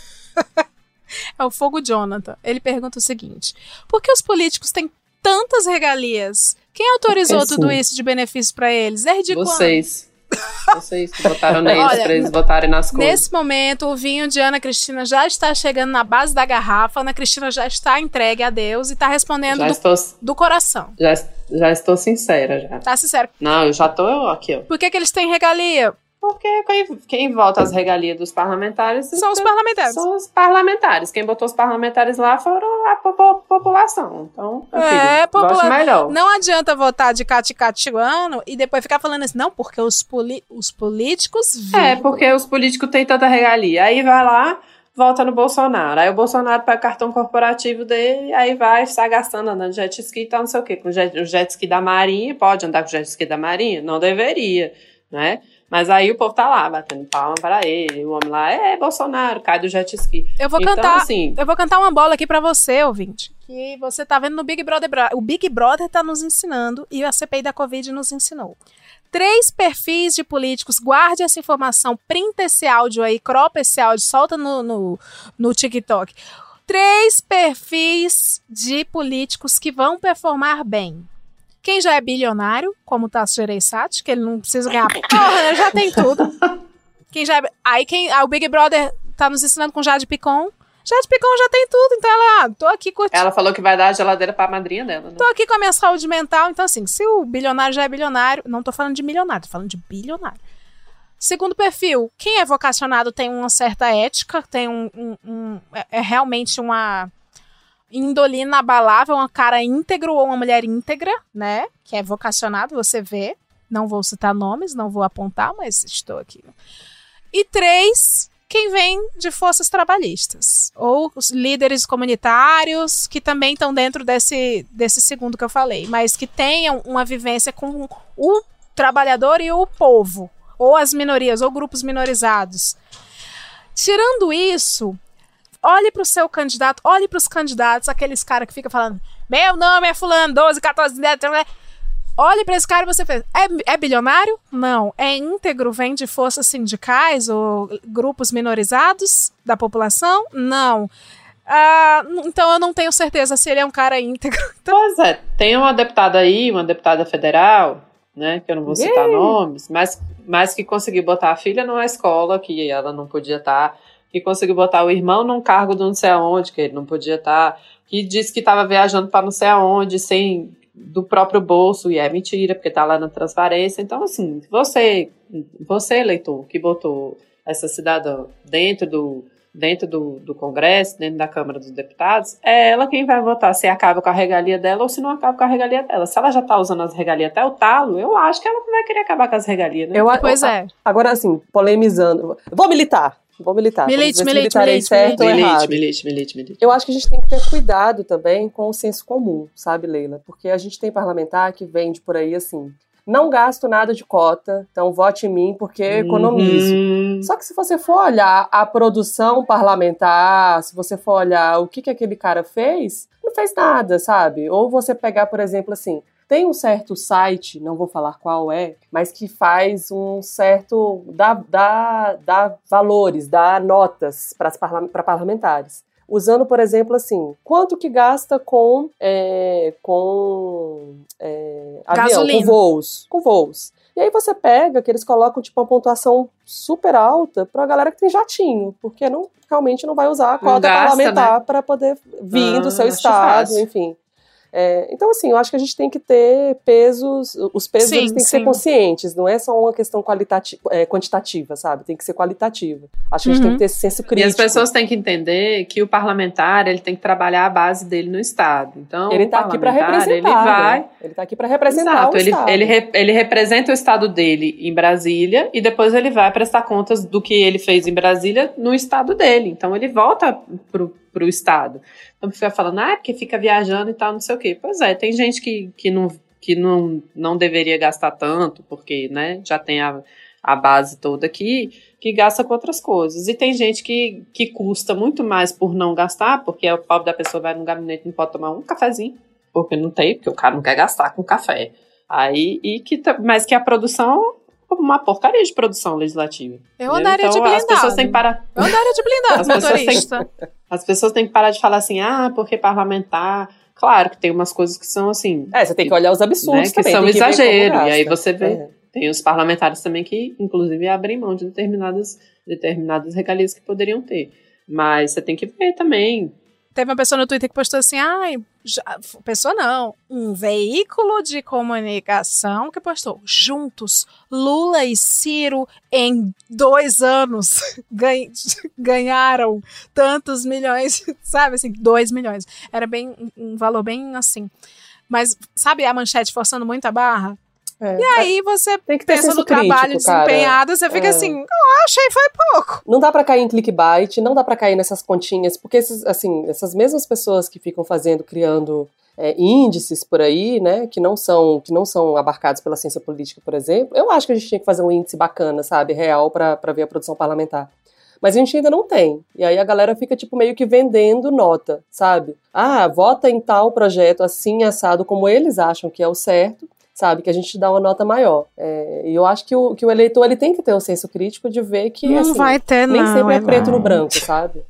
É o Fogo Jonathan. Ele pergunta o seguinte: por que os políticos têm tantas regalias? Quem autorizou tudo isso de benefício pra eles? Desde Vocês que votaram neles pra eles votarem nas coisas. Nesse momento, o vinho de Ana Cristina já está chegando na base da garrafa. Ana Cristina já está entregue a Deus e está respondendo do coração. Já estou sincera, já. Tá sincero. Não, eu já tô aqui, ó. Por que eles têm regalia? Porque quem vota as regalias dos parlamentares... São os parlamentares. São os parlamentares. Quem botou os parlamentares lá foram a população. Então, gosto melhor. Não adianta votar de caticatiano e depois ficar falando assim, não, porque os políticos... porque os políticos têm tanta regalia. Aí vai lá, vota no Bolsonaro. Aí o Bolsonaro pega o cartão corporativo dele, aí vai estar gastando, andando de jet ski e tal, não sei o quê. Com o jet ski da Marinha, pode andar com o jet ski da Marinha? Não deveria, né? Mas aí o povo tá lá, batendo palma para ele, o homem lá, Bolsonaro, cai do jet ski. Eu vou cantar uma bola aqui pra você, ouvinte, que você tá vendo no Big Brother. O Big Brother tá nos ensinando, e a CPI da Covid nos ensinou. 3 perfis de políticos, guarde essa informação, printa esse áudio aí, cropa esse áudio, solta no TikTok. 3 perfis de políticos que vão performar bem. Quem já é bilionário, como o Tasso Gereissati, que ele não precisa ganhar porra, né? Já tem tudo. Quem já é... Aí o Big Brother tá nos ensinando com Jade Picon. Jade Picon já tem tudo, então ela, tô aqui curtindo. Ela falou que vai dar a geladeira pra madrinha dela, né? Tô aqui com a minha saúde mental, então assim, se o bilionário já é bilionário, não tô falando de milionário, tô falando de bilionário. Segundo perfil, quem é vocacionado tem uma certa ética, tem é realmente uma... índole inabalável, um cara íntegro ou uma mulher íntegra, né? Que é vocacionado, você vê. Não vou citar nomes, não vou apontar, mas estou aqui. E 3, quem vem de forças trabalhistas. Ou os líderes comunitários, que também estão dentro desse segundo que eu falei, mas que tenham uma vivência com o trabalhador e o povo. Ou as minorias, ou grupos minorizados. Tirando isso... olhe para o seu candidato, olhe para os candidatos, aqueles caras que ficam falando, meu nome é fulano, 12, 14, 10, olhe para esse cara e você fez, é bilionário? Não. É íntegro, vem de forças sindicais ou grupos minorizados da população? Não. Então eu não tenho certeza se ele é um cara íntegro. Então... Pois é, tem uma deputada aí, uma deputada federal, né, que eu não vou citar nomes, mas que conseguiu botar a filha numa escola que ela não podia estar, que conseguiu botar o irmão num cargo de não sei aonde, que ele não podia estar, que disse que estava viajando para não sei aonde, sem do próprio bolso, e é mentira, porque está lá na transparência. Então, assim, você, eleitor, que botou essa cidadã dentro do Congresso, dentro da Câmara dos Deputados, é ela quem vai votar se acaba com a regalia dela ou se não acaba com a regalia dela. Se ela já está usando as regalias até o talo, eu acho que ela não vai querer acabar com as regalias, né? Pois é. Agora, assim, polemizando. Vou militar. Milite. Eu acho que a gente tem que ter cuidado também com o senso comum, sabe, Leila? Porque a gente tem parlamentar que vende por aí assim, não gasto nada de cota, então vote em mim porque economizo. Só que se você for olhar a produção parlamentar, se você for olhar o que aquele cara fez, não fez nada, sabe? Ou você pegar, por exemplo, assim, tem um certo site, não vou falar qual é, mas que faz um certo... dá valores, dá notas para parlamentares. usando, por exemplo, assim, quanto que gasta com avião, com voos. E aí você pega que eles colocam tipo uma pontuação super alta pra galera que tem jatinho, porque realmente não vai usar a cota parlamentar, né, para poder vir do seu estado, fácil. Enfim. Então, assim, eu acho que a gente tem que ter pesos, os pesos eles têm que ser conscientes, não é só uma questão quantitativa, sabe? Tem que ser qualitativa. Acho que a gente tem que ter esse senso crítico. E as pessoas têm que entender que o parlamentar, ele tem que trabalhar a base dele no Estado. Então, ele está aqui para representar, ele está aqui para representar o Estado. Ele representa o Estado dele em Brasília e depois ele vai prestar contas do que ele fez em Brasília no Estado dele. Então, ele volta pro Estado. Então, fica falando, porque fica viajando e tal, não sei o quê. Pois é, tem gente que não deveria gastar tanto, porque, né, já tem a base toda aqui, que gasta com outras coisas. E tem gente que custa muito mais por não gastar, porque o pobre da pessoa vai no gabinete e não pode tomar um cafezinho, porque o cara não quer gastar com café. Mas que a produção... uma porcaria de produção legislativa. Eu andaria de blindado. As pessoas têm que parar... Eu andaria de blindado, motorista. As pessoas têm que parar de falar assim, porque parlamentar... Claro que tem umas coisas que são assim... você tem que olhar os absurdos, né, também. Que são exagero. E aí você vê... Tem os parlamentares também que, inclusive, abrem mão de determinadas regalias que poderiam ter. Mas você tem que ver também... Teve uma pessoa no Twitter que postou assim, um veículo de comunicação que postou, juntos, Lula e Ciro em 2 anos ganharam tantos milhões, sabe, assim, 2 milhões. Era um valor bem assim. Mas, sabe a manchete forçando muito a barra? E aí você tem que ter pensa no trabalho desempenhado, você fica assim, achei foi pouco. Não dá pra cair em clickbait, não dá pra cair nessas continhas, porque essas mesmas pessoas que ficam criando índices por aí, né, que não são abarcados pela ciência política, por exemplo, eu acho que a gente tinha que fazer um índice bacana, sabe, real pra ver a produção parlamentar. Mas a gente ainda não tem. E aí a galera fica, tipo, meio que vendendo nota, sabe? Vota em tal projeto assim, assado, como eles acham que é o certo, sabe, que a gente dá uma nota maior. E eu acho que o eleitor ele tem que ter o senso crítico de ver que não vai ter, nem sempre é preto no branco, sabe?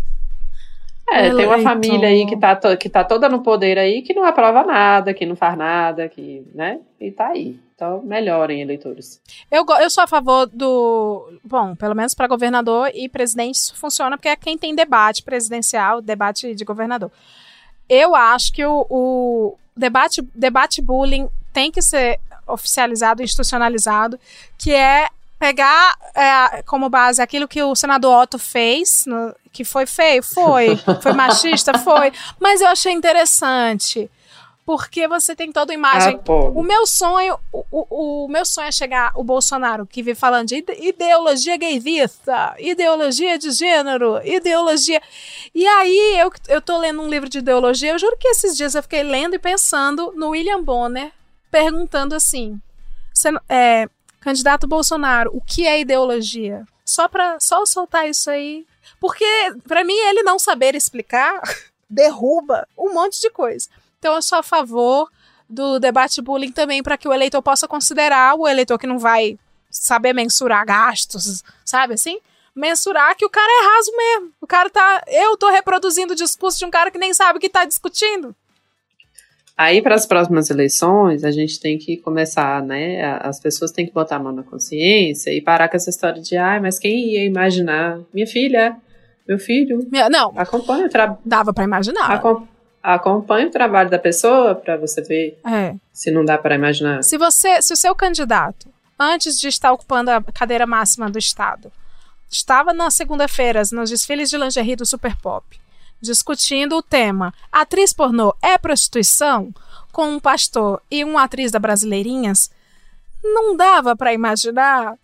Tem uma família aí que tá toda no poder aí, que não aprova nada, que não faz nada, que, né, e tá aí. Então, melhorem, eleitores. Eu sou a favor bom, pelo menos para governador e presidente isso funciona, porque é quem tem debate presidencial, debate de governador. Eu acho que o debate bullying tem que ser oficializado, institucionalizado, que é pegar como base aquilo que o senador Otto fez, que foi feio, foi machista, foi, mas eu achei interessante, porque você tem toda a imagem. O meu sonho é chegar o Bolsonaro, que vive falando de ideologia gaysista, ideologia de gênero, ideologia... E aí, eu tô lendo um livro de ideologia, eu juro que esses dias eu fiquei lendo e pensando no William Bonner, perguntando assim, candidato Bolsonaro, o que é ideologia? Só soltar isso aí. Porque, pra mim, ele não saber explicar derruba um monte de coisa. Então, eu sou a favor do debate bullying também, para que o eleitor possa considerar, o eleitor que não vai saber mensurar gastos, sabe assim? Mensurar que o cara é raso mesmo. O cara eu tô reproduzindo o discurso de um cara que nem sabe o que tá discutindo. Aí, para as próximas eleições, a gente tem que começar, né? As pessoas têm que botar a mão na consciência e parar com essa história de, mas quem ia imaginar? Minha filha, meu filho. Não, acompanha o trabalho. Dava para imaginar. Acompanha o trabalho da pessoa para você ver se não dá para imaginar. Se o seu candidato, antes de estar ocupando a cadeira máxima do Estado, estava nas segunda-feiras nos desfiles de lingerie do Super Pop, discutindo o tema atriz pornô é prostituição, com um pastor e uma atriz da Brasileirinhas, não dava para imaginar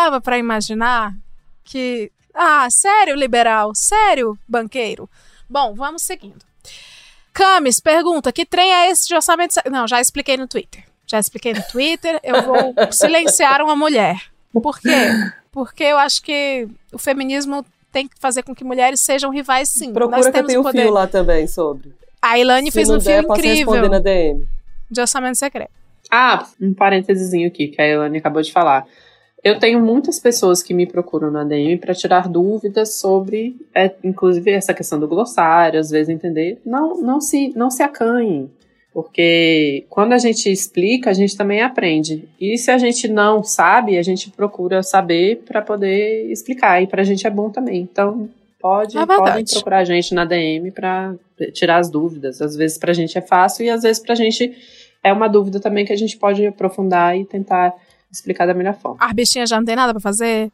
que... sério, liberal? Sério, banqueiro? Bom, vamos seguindo. Camis pergunta, que trem é esse de orçamento... Não, já expliquei no Twitter, eu vou silenciar uma mulher. Por quê? Porque eu acho que o feminismo tem que fazer com que mulheres sejam rivais, sim. Procura nós temos que eu tenho um fio lá também sobre. A Ilane fez um fio incrível. Posso responder na DM. De orçamento secreto. Um parênteses aqui, que a Ilane acabou de falar. Eu tenho muitas pessoas que me procuram na ADM para tirar dúvidas sobre, inclusive, essa questão do glossário, às vezes entender. Não se acanhem, porque quando a gente explica, a gente também aprende. E se a gente não sabe, a gente procura saber para poder explicar. E para a gente é bom também. Então, podem procurar a gente na ADM para tirar as dúvidas. Às vezes para a gente é fácil e às vezes para a gente é uma dúvida também que a gente pode aprofundar e tentar explicar da melhor forma. A bichinha já não tem nada pra fazer?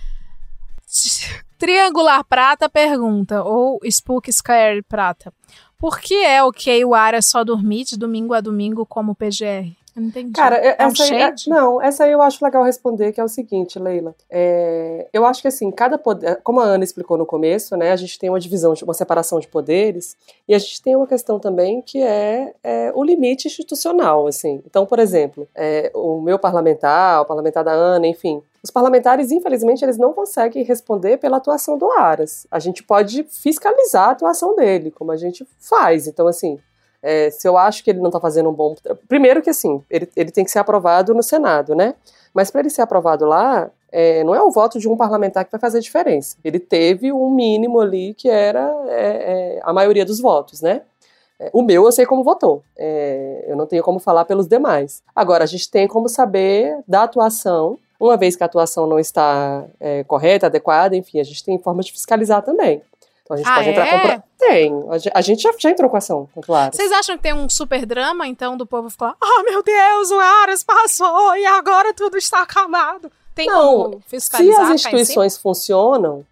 Triangular Prata pergunta, ou Spook Square Prata, por que é ok o Aras só dormir de domingo a domingo como PGR? Eu não entendi. Cara, essa aí eu acho legal responder, que é o seguinte, Leila. Eu acho que assim, cada poder, como a Ana explicou no começo, né, a gente tem uma divisão, uma separação de poderes, e a gente tem uma questão também que é o limite institucional, assim. Então, por exemplo, o meu parlamentar, o parlamentar da Ana, enfim, os parlamentares, infelizmente, eles não conseguem responder pela atuação do Aras. A gente pode fiscalizar a atuação dele, como a gente faz. Então, assim, se eu acho que ele não está fazendo um bom... Primeiro que, assim, ele tem que ser aprovado no Senado, né? Mas para ele ser aprovado lá, não é o voto de um parlamentar que vai fazer diferença. Ele teve um mínimo ali que era a maioria dos votos, né? O meu eu sei como votou. Eu não tenho como falar pelos demais. Agora, a gente tem como saber da atuação. Uma vez que a atuação não está correta, adequada, enfim, a gente tem forma de fiscalizar também. Então a gente pode entrar com... Tem. A gente já entrou com ação contra o Aras. Vocês acham que tem um super drama, então, do povo ficar, meu Deus, o Aras passou e agora tudo está acabado? Tem como fiscalizar? Se as instituições funcionam,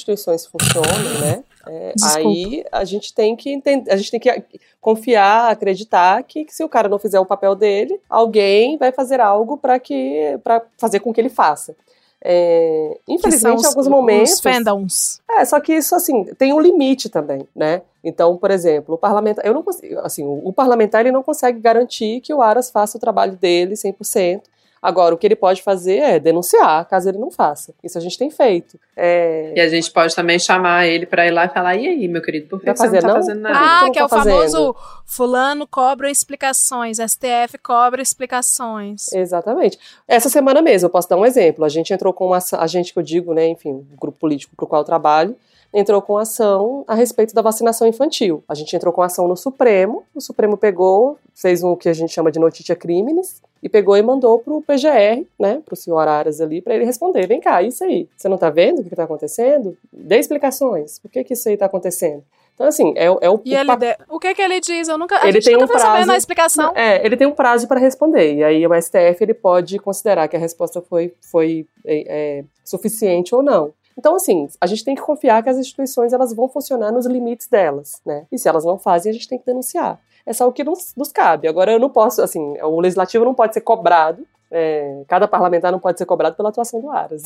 né? Aí a gente tem que entender, a gente tem que confiar, acreditar que se o cara não fizer o papel dele, alguém vai fazer algo para fazer com que ele faça. Infelizmente, em alguns momentos. Os fandoms. Só que isso, assim, tem um limite também, né? Então, por exemplo, o parlamentar. Eu não consigo, assim, o parlamentar ele não consegue garantir que o Aras faça o trabalho dele 100%. Agora, o que ele pode fazer é denunciar, caso ele não faça. Isso a gente tem feito. E a gente pode também chamar ele para ir lá e falar, e aí, meu querido, por que você não tá fazendo nada? Que é o famoso fulano cobra explicações, STF cobra explicações. Exatamente. Essa semana mesmo, eu posso dar um exemplo. A gente entrou com a gente que eu digo, né, enfim, o grupo político para o qual eu trabalho, entrou com ação a respeito da vacinação infantil. A gente entrou com ação no Supremo, o Supremo pegou, fez um que a gente chama de notitia criminis, e pegou e mandou pro PGR, né, pro senhor Aras ali, para ele responder, vem cá, isso aí, você não tá vendo o que tá acontecendo? Dê explicações, por que isso aí tá acontecendo? Então, assim, o que ele diz? A ele gente tem nunca um foi prazo, sabendo a explicação. Ele tem um prazo para responder, e aí o STF ele pode considerar que a resposta foi suficiente ou não. Então, assim, a gente tem que confiar que as instituições elas vão funcionar nos limites delas, né? E se elas não fazem, a gente tem que denunciar. É só o que nos cabe. Agora, eu não posso, assim, o legislativo não pode ser cobrado, cada parlamentar não pode ser cobrado pela atuação do Aras.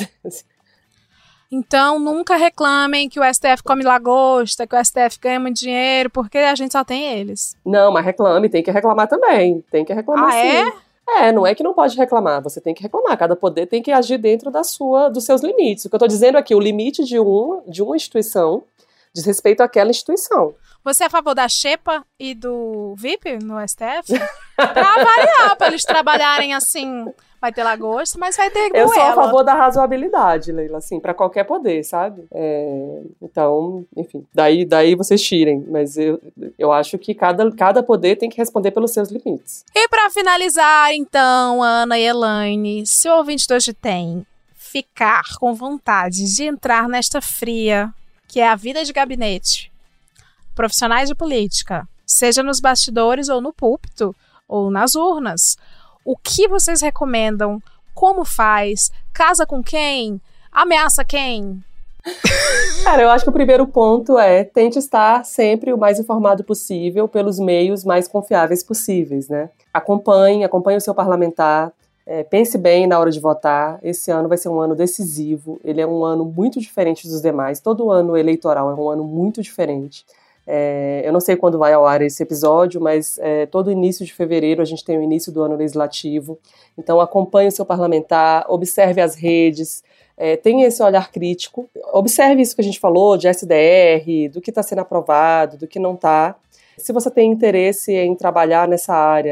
Então, nunca reclamem que o STF come lagosta, que o STF ganha muito dinheiro, porque a gente só tem eles. Não, mas reclame, tem que reclamar também. Tem que reclamar sim. Não é que não pode reclamar, você tem que reclamar, cada poder tem que agir dentro dos seus limites. O que eu estou dizendo aqui, o limite de uma instituição diz respeito àquela instituição. Você é a favor da Xepa e do VIP no STF? Pra variar, pra eles trabalharem assim, vai ter lagosta, mas vai ter goela. Eu sou a favor da razoabilidade, Leila, assim, pra qualquer poder, sabe? Então, enfim, daí vocês tirem, mas eu acho que cada poder tem que responder pelos seus limites. E pra finalizar, então, Ana e Elaine, se o ouvinte de hoje tem ficar com vontade de entrar nesta fria, que é a vida de gabinete, profissionais de política, seja nos bastidores ou no púlpito, ou nas urnas, o que vocês recomendam? Como faz? Casa com quem? Ameaça quem? Cara, eu acho que o primeiro ponto tente estar sempre o mais informado possível pelos meios mais confiáveis possíveis, né? Acompanhe o seu parlamentar, pense bem na hora de votar. Esse ano vai ser um ano decisivo, ele é um ano muito diferente dos demais, todo ano eleitoral é um ano muito diferente. Eu não sei quando vai ao ar esse episódio, mas todo início de fevereiro a gente tem o início do ano legislativo, então acompanhe o seu parlamentar, observe as redes, tenha esse olhar crítico, observe isso que a gente falou de SDR, do que está sendo aprovado, do que não está. Se você tem interesse em trabalhar nessa área, né,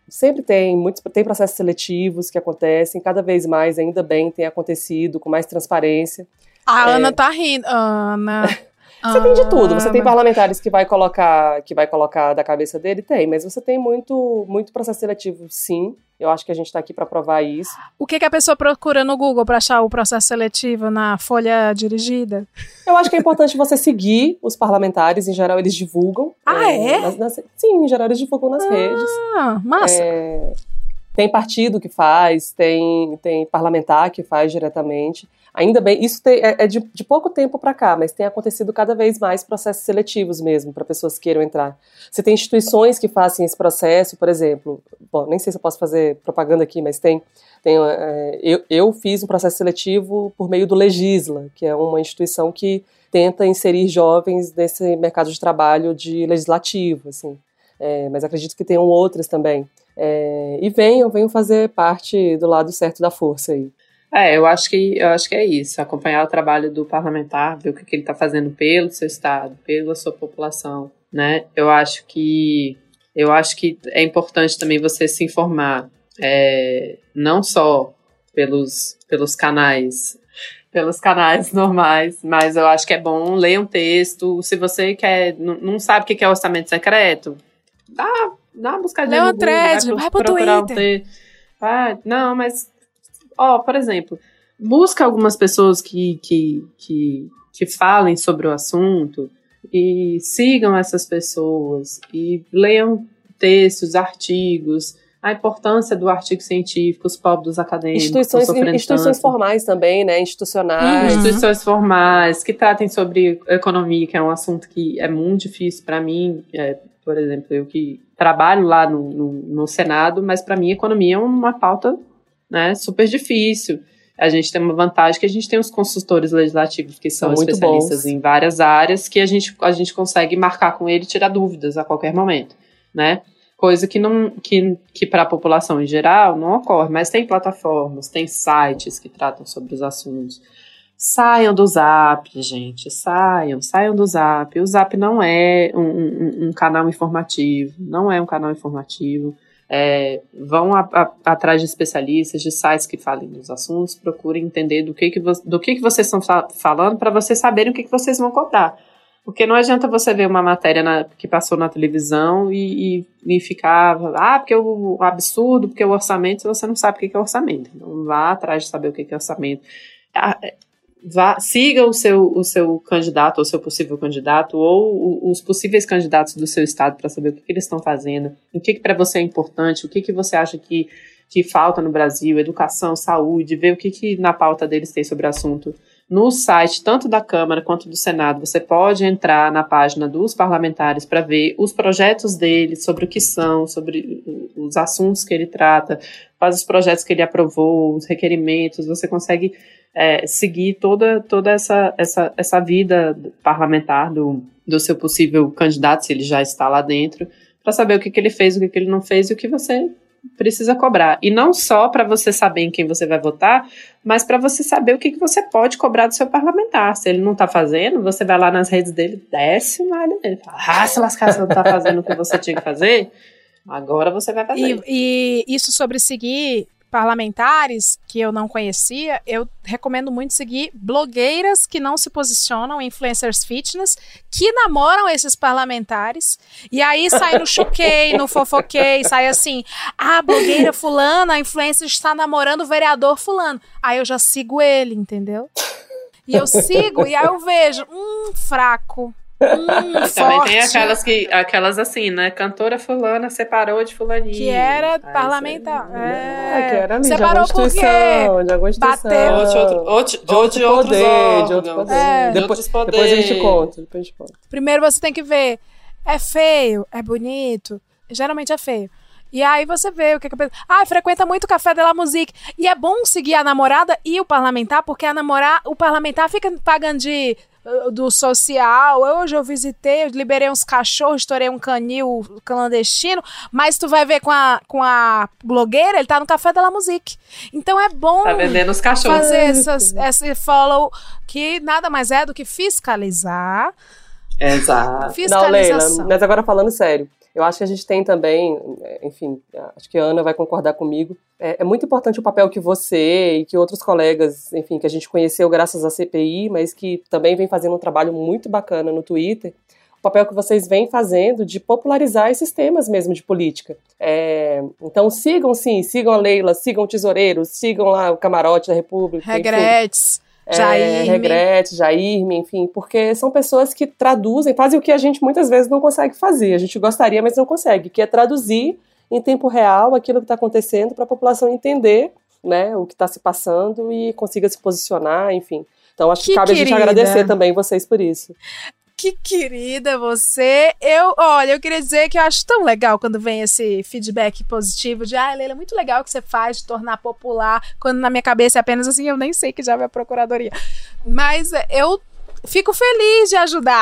Sempre tem processos seletivos que acontecem, cada vez mais, ainda bem, tem acontecido com mais transparência. A Ana tá rindo. Ana... Você tem de tudo, você tem parlamentares que vai colocar da cabeça dele, mas você tem muito processo seletivo, sim. Eu acho que a gente tá aqui para provar isso. O que a pessoa procura no Google para achar o processo seletivo na folha dirigida? Eu acho que é importante você seguir os parlamentares, em geral eles divulgam. Sim, em geral eles divulgam nas redes. Massa. Tem partido que faz, tem parlamentar que faz diretamente. Ainda bem, isso é de pouco tempo para cá, mas tem acontecido cada vez mais processos seletivos mesmo, para pessoas que queiram entrar. Você tem instituições que fazem esse processo, por exemplo, nem sei se eu posso fazer propaganda aqui, mas eu fiz um processo seletivo por meio do Legisla, que é uma instituição que tenta inserir jovens nesse mercado de trabalho de legislativo, assim. Mas acredito que tenham outras também. E venham fazer parte do lado certo da força aí. Eu acho que é isso, acompanhar o trabalho do parlamentar, ver o que ele está fazendo pelo seu estado, pela sua população, né? Eu acho que é importante também você se informar, não só pelos canais normais, mas eu acho que é bom ler um texto. Se você não sabe o que é orçamento secreto, dá uma buscadinha no Google, vai pro Twitter. Não, mas por exemplo, busca algumas pessoas que falem sobre o assunto e sigam essas pessoas e leiam textos, artigos, a importância do artigo científico, os pobres acadêmicos. Instituições formais também, né? Instituições formais que tratem sobre economia, que é um assunto que é muito difícil para mim. Por exemplo, eu que trabalho lá no Senado, mas para mim economia é uma pauta, né, super difícil. A gente tem uma vantagem que a gente tem os consultores legislativos que são especialistas em várias áreas, que a gente consegue marcar com ele e tirar dúvidas a qualquer momento, né? Coisa que para a população em geral não ocorre, mas tem plataformas, tem sites que tratam sobre os assuntos. Saiam do Zap, gente, saiam do Zap. O Zap não é um canal informativo, Vão atrás de especialistas, de sites que falem dos assuntos, procurem entender do que vocês estão falando para vocês saberem o que vocês vão cobrar. Porque não adianta você ver uma matéria que passou na televisão e ficar, porque o absurdo, porque o orçamento, se você não sabe o que é orçamento. Então vá atrás de saber o que é orçamento. Siga o seu candidato, ou seu possível candidato, ou os possíveis candidatos do seu estado para saber o que eles estão fazendo, o que para você é importante, o que você acha que falta no Brasil, educação, saúde, ver o que na pauta deles tem sobre o assunto. No site, tanto da Câmara quanto do Senado, você pode entrar na página dos parlamentares para ver os projetos dele, sobre o que são, sobre os assuntos que ele trata, quais os projetos que ele aprovou, os requerimentos. Você consegue seguir toda essa vida parlamentar do seu possível candidato, se ele já está lá dentro, para saber o que ele fez, o que ele não fez e o que você precisa cobrar. E não só para você saber em quem você vai votar, mas para você saber o que você pode cobrar do seu parlamentar. Se ele não está fazendo, você vai lá nas redes dele, desce o malho dele, fala, se lascar, você não está fazendo o que você tinha que fazer, agora você vai fazer. E isso sobre seguir parlamentares que eu não conhecia, eu recomendo muito seguir blogueiras que não se posicionam, influencers fitness, que namoram esses parlamentares, e aí sai no Choquei, no Fofoquei, sai assim, blogueira fulana, a influencer está namorando o vereador fulano, aí eu já sigo ele, entendeu? E eu sigo, e aí eu vejo, fraco, também forte. Tem aquelas assim, né? Cantora fulana separou de fulaninho. Que era parlamentar. Que era ali, separou de alguma instituição, de alguma instituição. Bateu. De outros poderes. Depois a gente conta. Primeiro você tem que ver, é feio, é bonito, geralmente é feio. E aí você vê o que a pessoa... frequenta muito o Café de la Musique. E é bom seguir a namorada e o parlamentar, porque o parlamentar fica pagando do social. Hoje eu visitei, eu liberei uns cachorros, estourei um canil clandestino, mas tu vai ver com a blogueira, ele tá no Café de la Musique. Então é bom tá vendendo os cachorros. Fazer esse follow, que nada mais é do que fiscalizar. Exato. Fiscalização. Não, Leila, mas agora falando sério, Eu acho que a gente tem também, enfim, acho que a Ana vai concordar comigo, é muito importante o papel que você e que outros colegas, enfim, que a gente conheceu graças à CPI, mas que também vem fazendo um trabalho muito bacana no Twitter, o papel que vocês vêm fazendo de popularizar esses temas mesmo de política. Então sigam a Leila, sigam o Tesoureiro, sigam lá o Camarote da República. Regretes. Jairme, enfim, porque são pessoas que traduzem, fazem o que a gente muitas vezes não consegue fazer, a gente gostaria, mas não consegue, que é traduzir em tempo real aquilo que está acontecendo para a população entender, né, o que está se passando e consiga se posicionar, enfim. Então acho que cabe a gente agradecer também vocês por isso. Que querida você. Eu queria dizer que eu acho tão legal quando vem esse feedback positivo de Leila, é muito legal o que você faz de tornar popular, quando na minha cabeça é apenas assim, eu nem sei que já vai a procuradoria. Mas eu fico feliz de ajudar.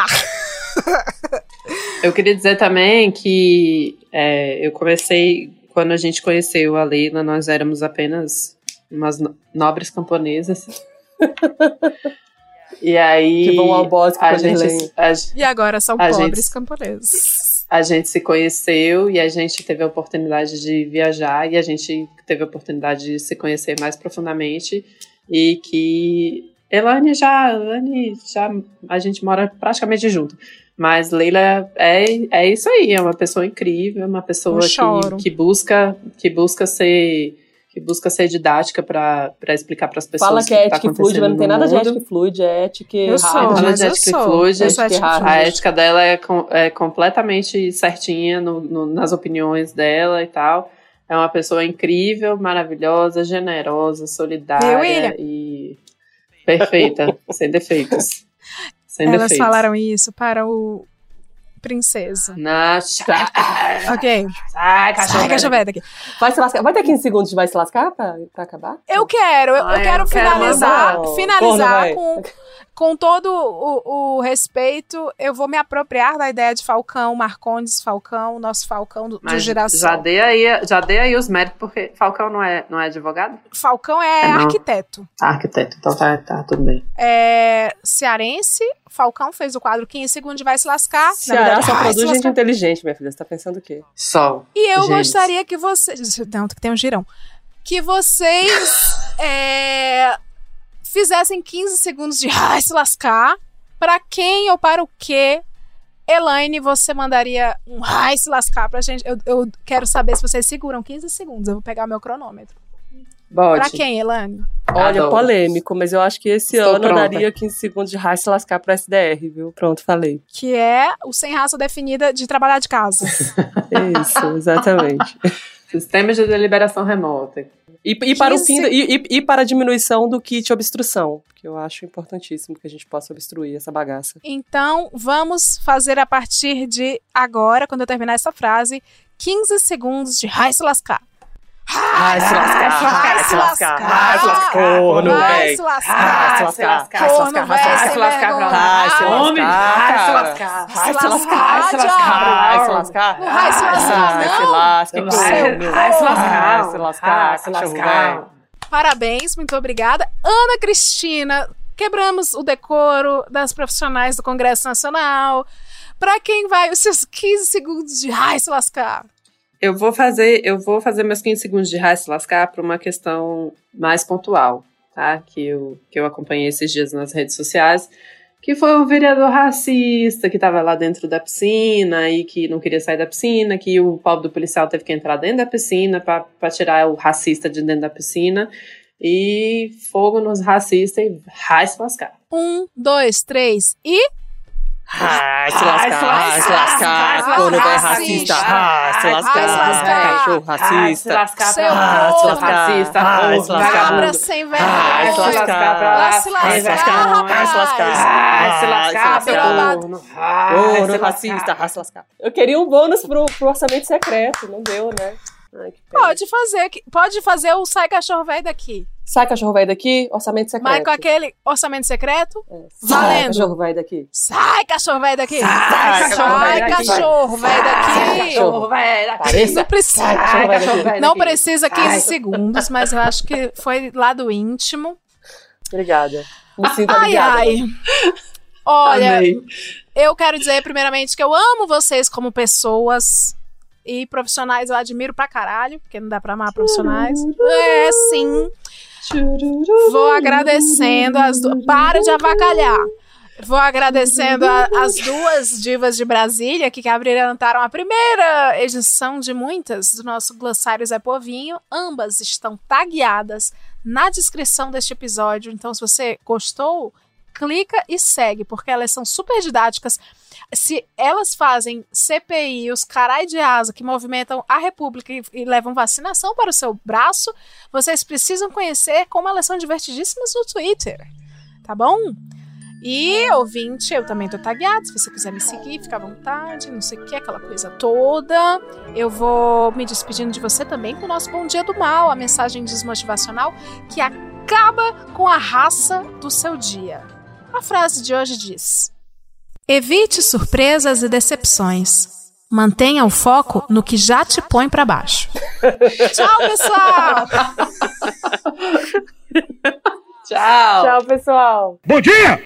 Eu queria dizer também que eu comecei, quando a gente conheceu a Leila, nós éramos apenas umas nobres camponesas. E aí que vão ao bosque e agora são pobres camponeses. A gente se conheceu e a gente teve a oportunidade de viajar e a gente teve a oportunidade de se conhecer mais profundamente e que Elaine já a gente mora praticamente junto, mas Leila é isso aí, é uma pessoa incrível, uma pessoa que busca ser didática para explicar para as pessoas. Fala que é ética e fluide, mas não tem nada de ética e fluide, é ética e fluide. A ética dela é completamente certinha nas opiniões dela e tal. É uma pessoa incrível, maravilhosa, generosa, solidária e perfeita, sem defeitos. Elas falaram isso para o princesa. Ok. Sai, cachorro velho daqui. Vai se lascar. Vai ter 15 segundos de vai se lascar pra acabar? Eu quero finalizar com todo o respeito. Eu vou me apropriar da ideia de Falcão, Marcondes, Falcão, nosso Falcão do Girassol. Já dei aí os méritos, porque Falcão não é advogado? Falcão é arquiteto. Arquiteto, então tá tudo bem. Cearense, Falcão fez o quadro 15 segundos de vai se lascar. Ceará só produz gente inteligente, minha filha. Você tá pensando o quê? Só. E eu gostaria que vocês... Não, tem um girão. Que vocês fizessem 15 segundos de vai se lascar. Pra quem ou para o quê, Elaine, você mandaria um vai se lascar pra gente? Eu quero saber se vocês seguram 15 segundos. Eu vou pegar meu cronômetro. Bote. Pra quem, Elaine? Olha, polêmico, mas eu acho que esse ano eu daria 15 segundos de raça lascar pro SDR, viu? Pronto, falei. Que é o sem raça definida de trabalhar de casa. Isso, exatamente. Sistemas de deliberação remota. E para a diminuição do kit obstrução, que eu acho importantíssimo que a gente possa obstruir essa bagaça. Então, vamos fazer a partir de agora, quando eu terminar essa frase, 15 segundos de vai se lascar. Vai se lascar, vai se lascar, vai se lascar, corno, velho. Vai se lascar, vai se lascar, corno, vai se lascar, vai se lascar, vai se lascar, vai se lascar, vai se lascar, vai se lascar, vai se lascar. Parabéns, muito obrigada. Ana Cristina, quebramos o decoro das profissionais do Congresso Nacional. Pra quem vai os seus 15 segundos de vai se lascar? Eu vou fazer meus 15 segundos de raio se lascar para uma questão mais pontual, tá? Que eu acompanhei esses dias nas redes sociais, que foi o vereador racista que estava lá dentro da piscina e que não queria sair da piscina, que o pobre do policial teve que entrar dentro da piscina para tirar o racista de dentro da piscina. E fogo nos racistas e raio se lascar. 1, 2, 3 e... Vai se lascar, quando é racista, se lascar, cachorro racista, seu corno racista, cabra sem vergonha, se lascar, corno racista, se lascar. Eu queria um bônus pro orçamento secreto, não deu, né? Ai, pode fazer o sai cachorro velho daqui. Sai cachorro velho daqui, orçamento secreto. Mas com aquele orçamento secreto, Sai valendo. Cachorro velho daqui. Sai cachorro velho daqui. Sai cachorro velho daqui. Cachorro velho daqui. Não precisa. Não precisa 15 segundos, mas eu acho que foi lá do íntimo. Obrigada. Me sinto obrigada. Olha, eu quero dizer primeiramente que eu amo vocês como pessoas. e profissionais eu admiro pra caralho, porque não dá pra amar profissionais. Sim. Vou agradecendo as duas. Para de avacalhar. Vou agradecendo as duas divas de Brasília que abrilhantaram a primeira edição de muitas do nosso Glossário Zé Povinho. Ambas estão tagueadas na descrição deste episódio. Então, se você gostou, clica e segue, porque elas são super didáticas. Se elas fazem CPI, os carai de asa que movimentam a República e levam vacinação para o seu braço, vocês precisam conhecer como elas são divertidíssimas no Twitter. Tá bom? E, ouvinte, eu também tô tagueada. Se você quiser me seguir, fica à vontade. Não sei o que, aquela coisa toda. Eu vou me despedindo de você também com o nosso Bom Dia do Mal, a mensagem desmotivacional que acaba com a raça do seu dia. A frase de hoje diz: evite surpresas e decepções. Mantenha o foco no que já te põe pra baixo. Tchau, pessoal! Tchau! Tchau, pessoal! Bom dia!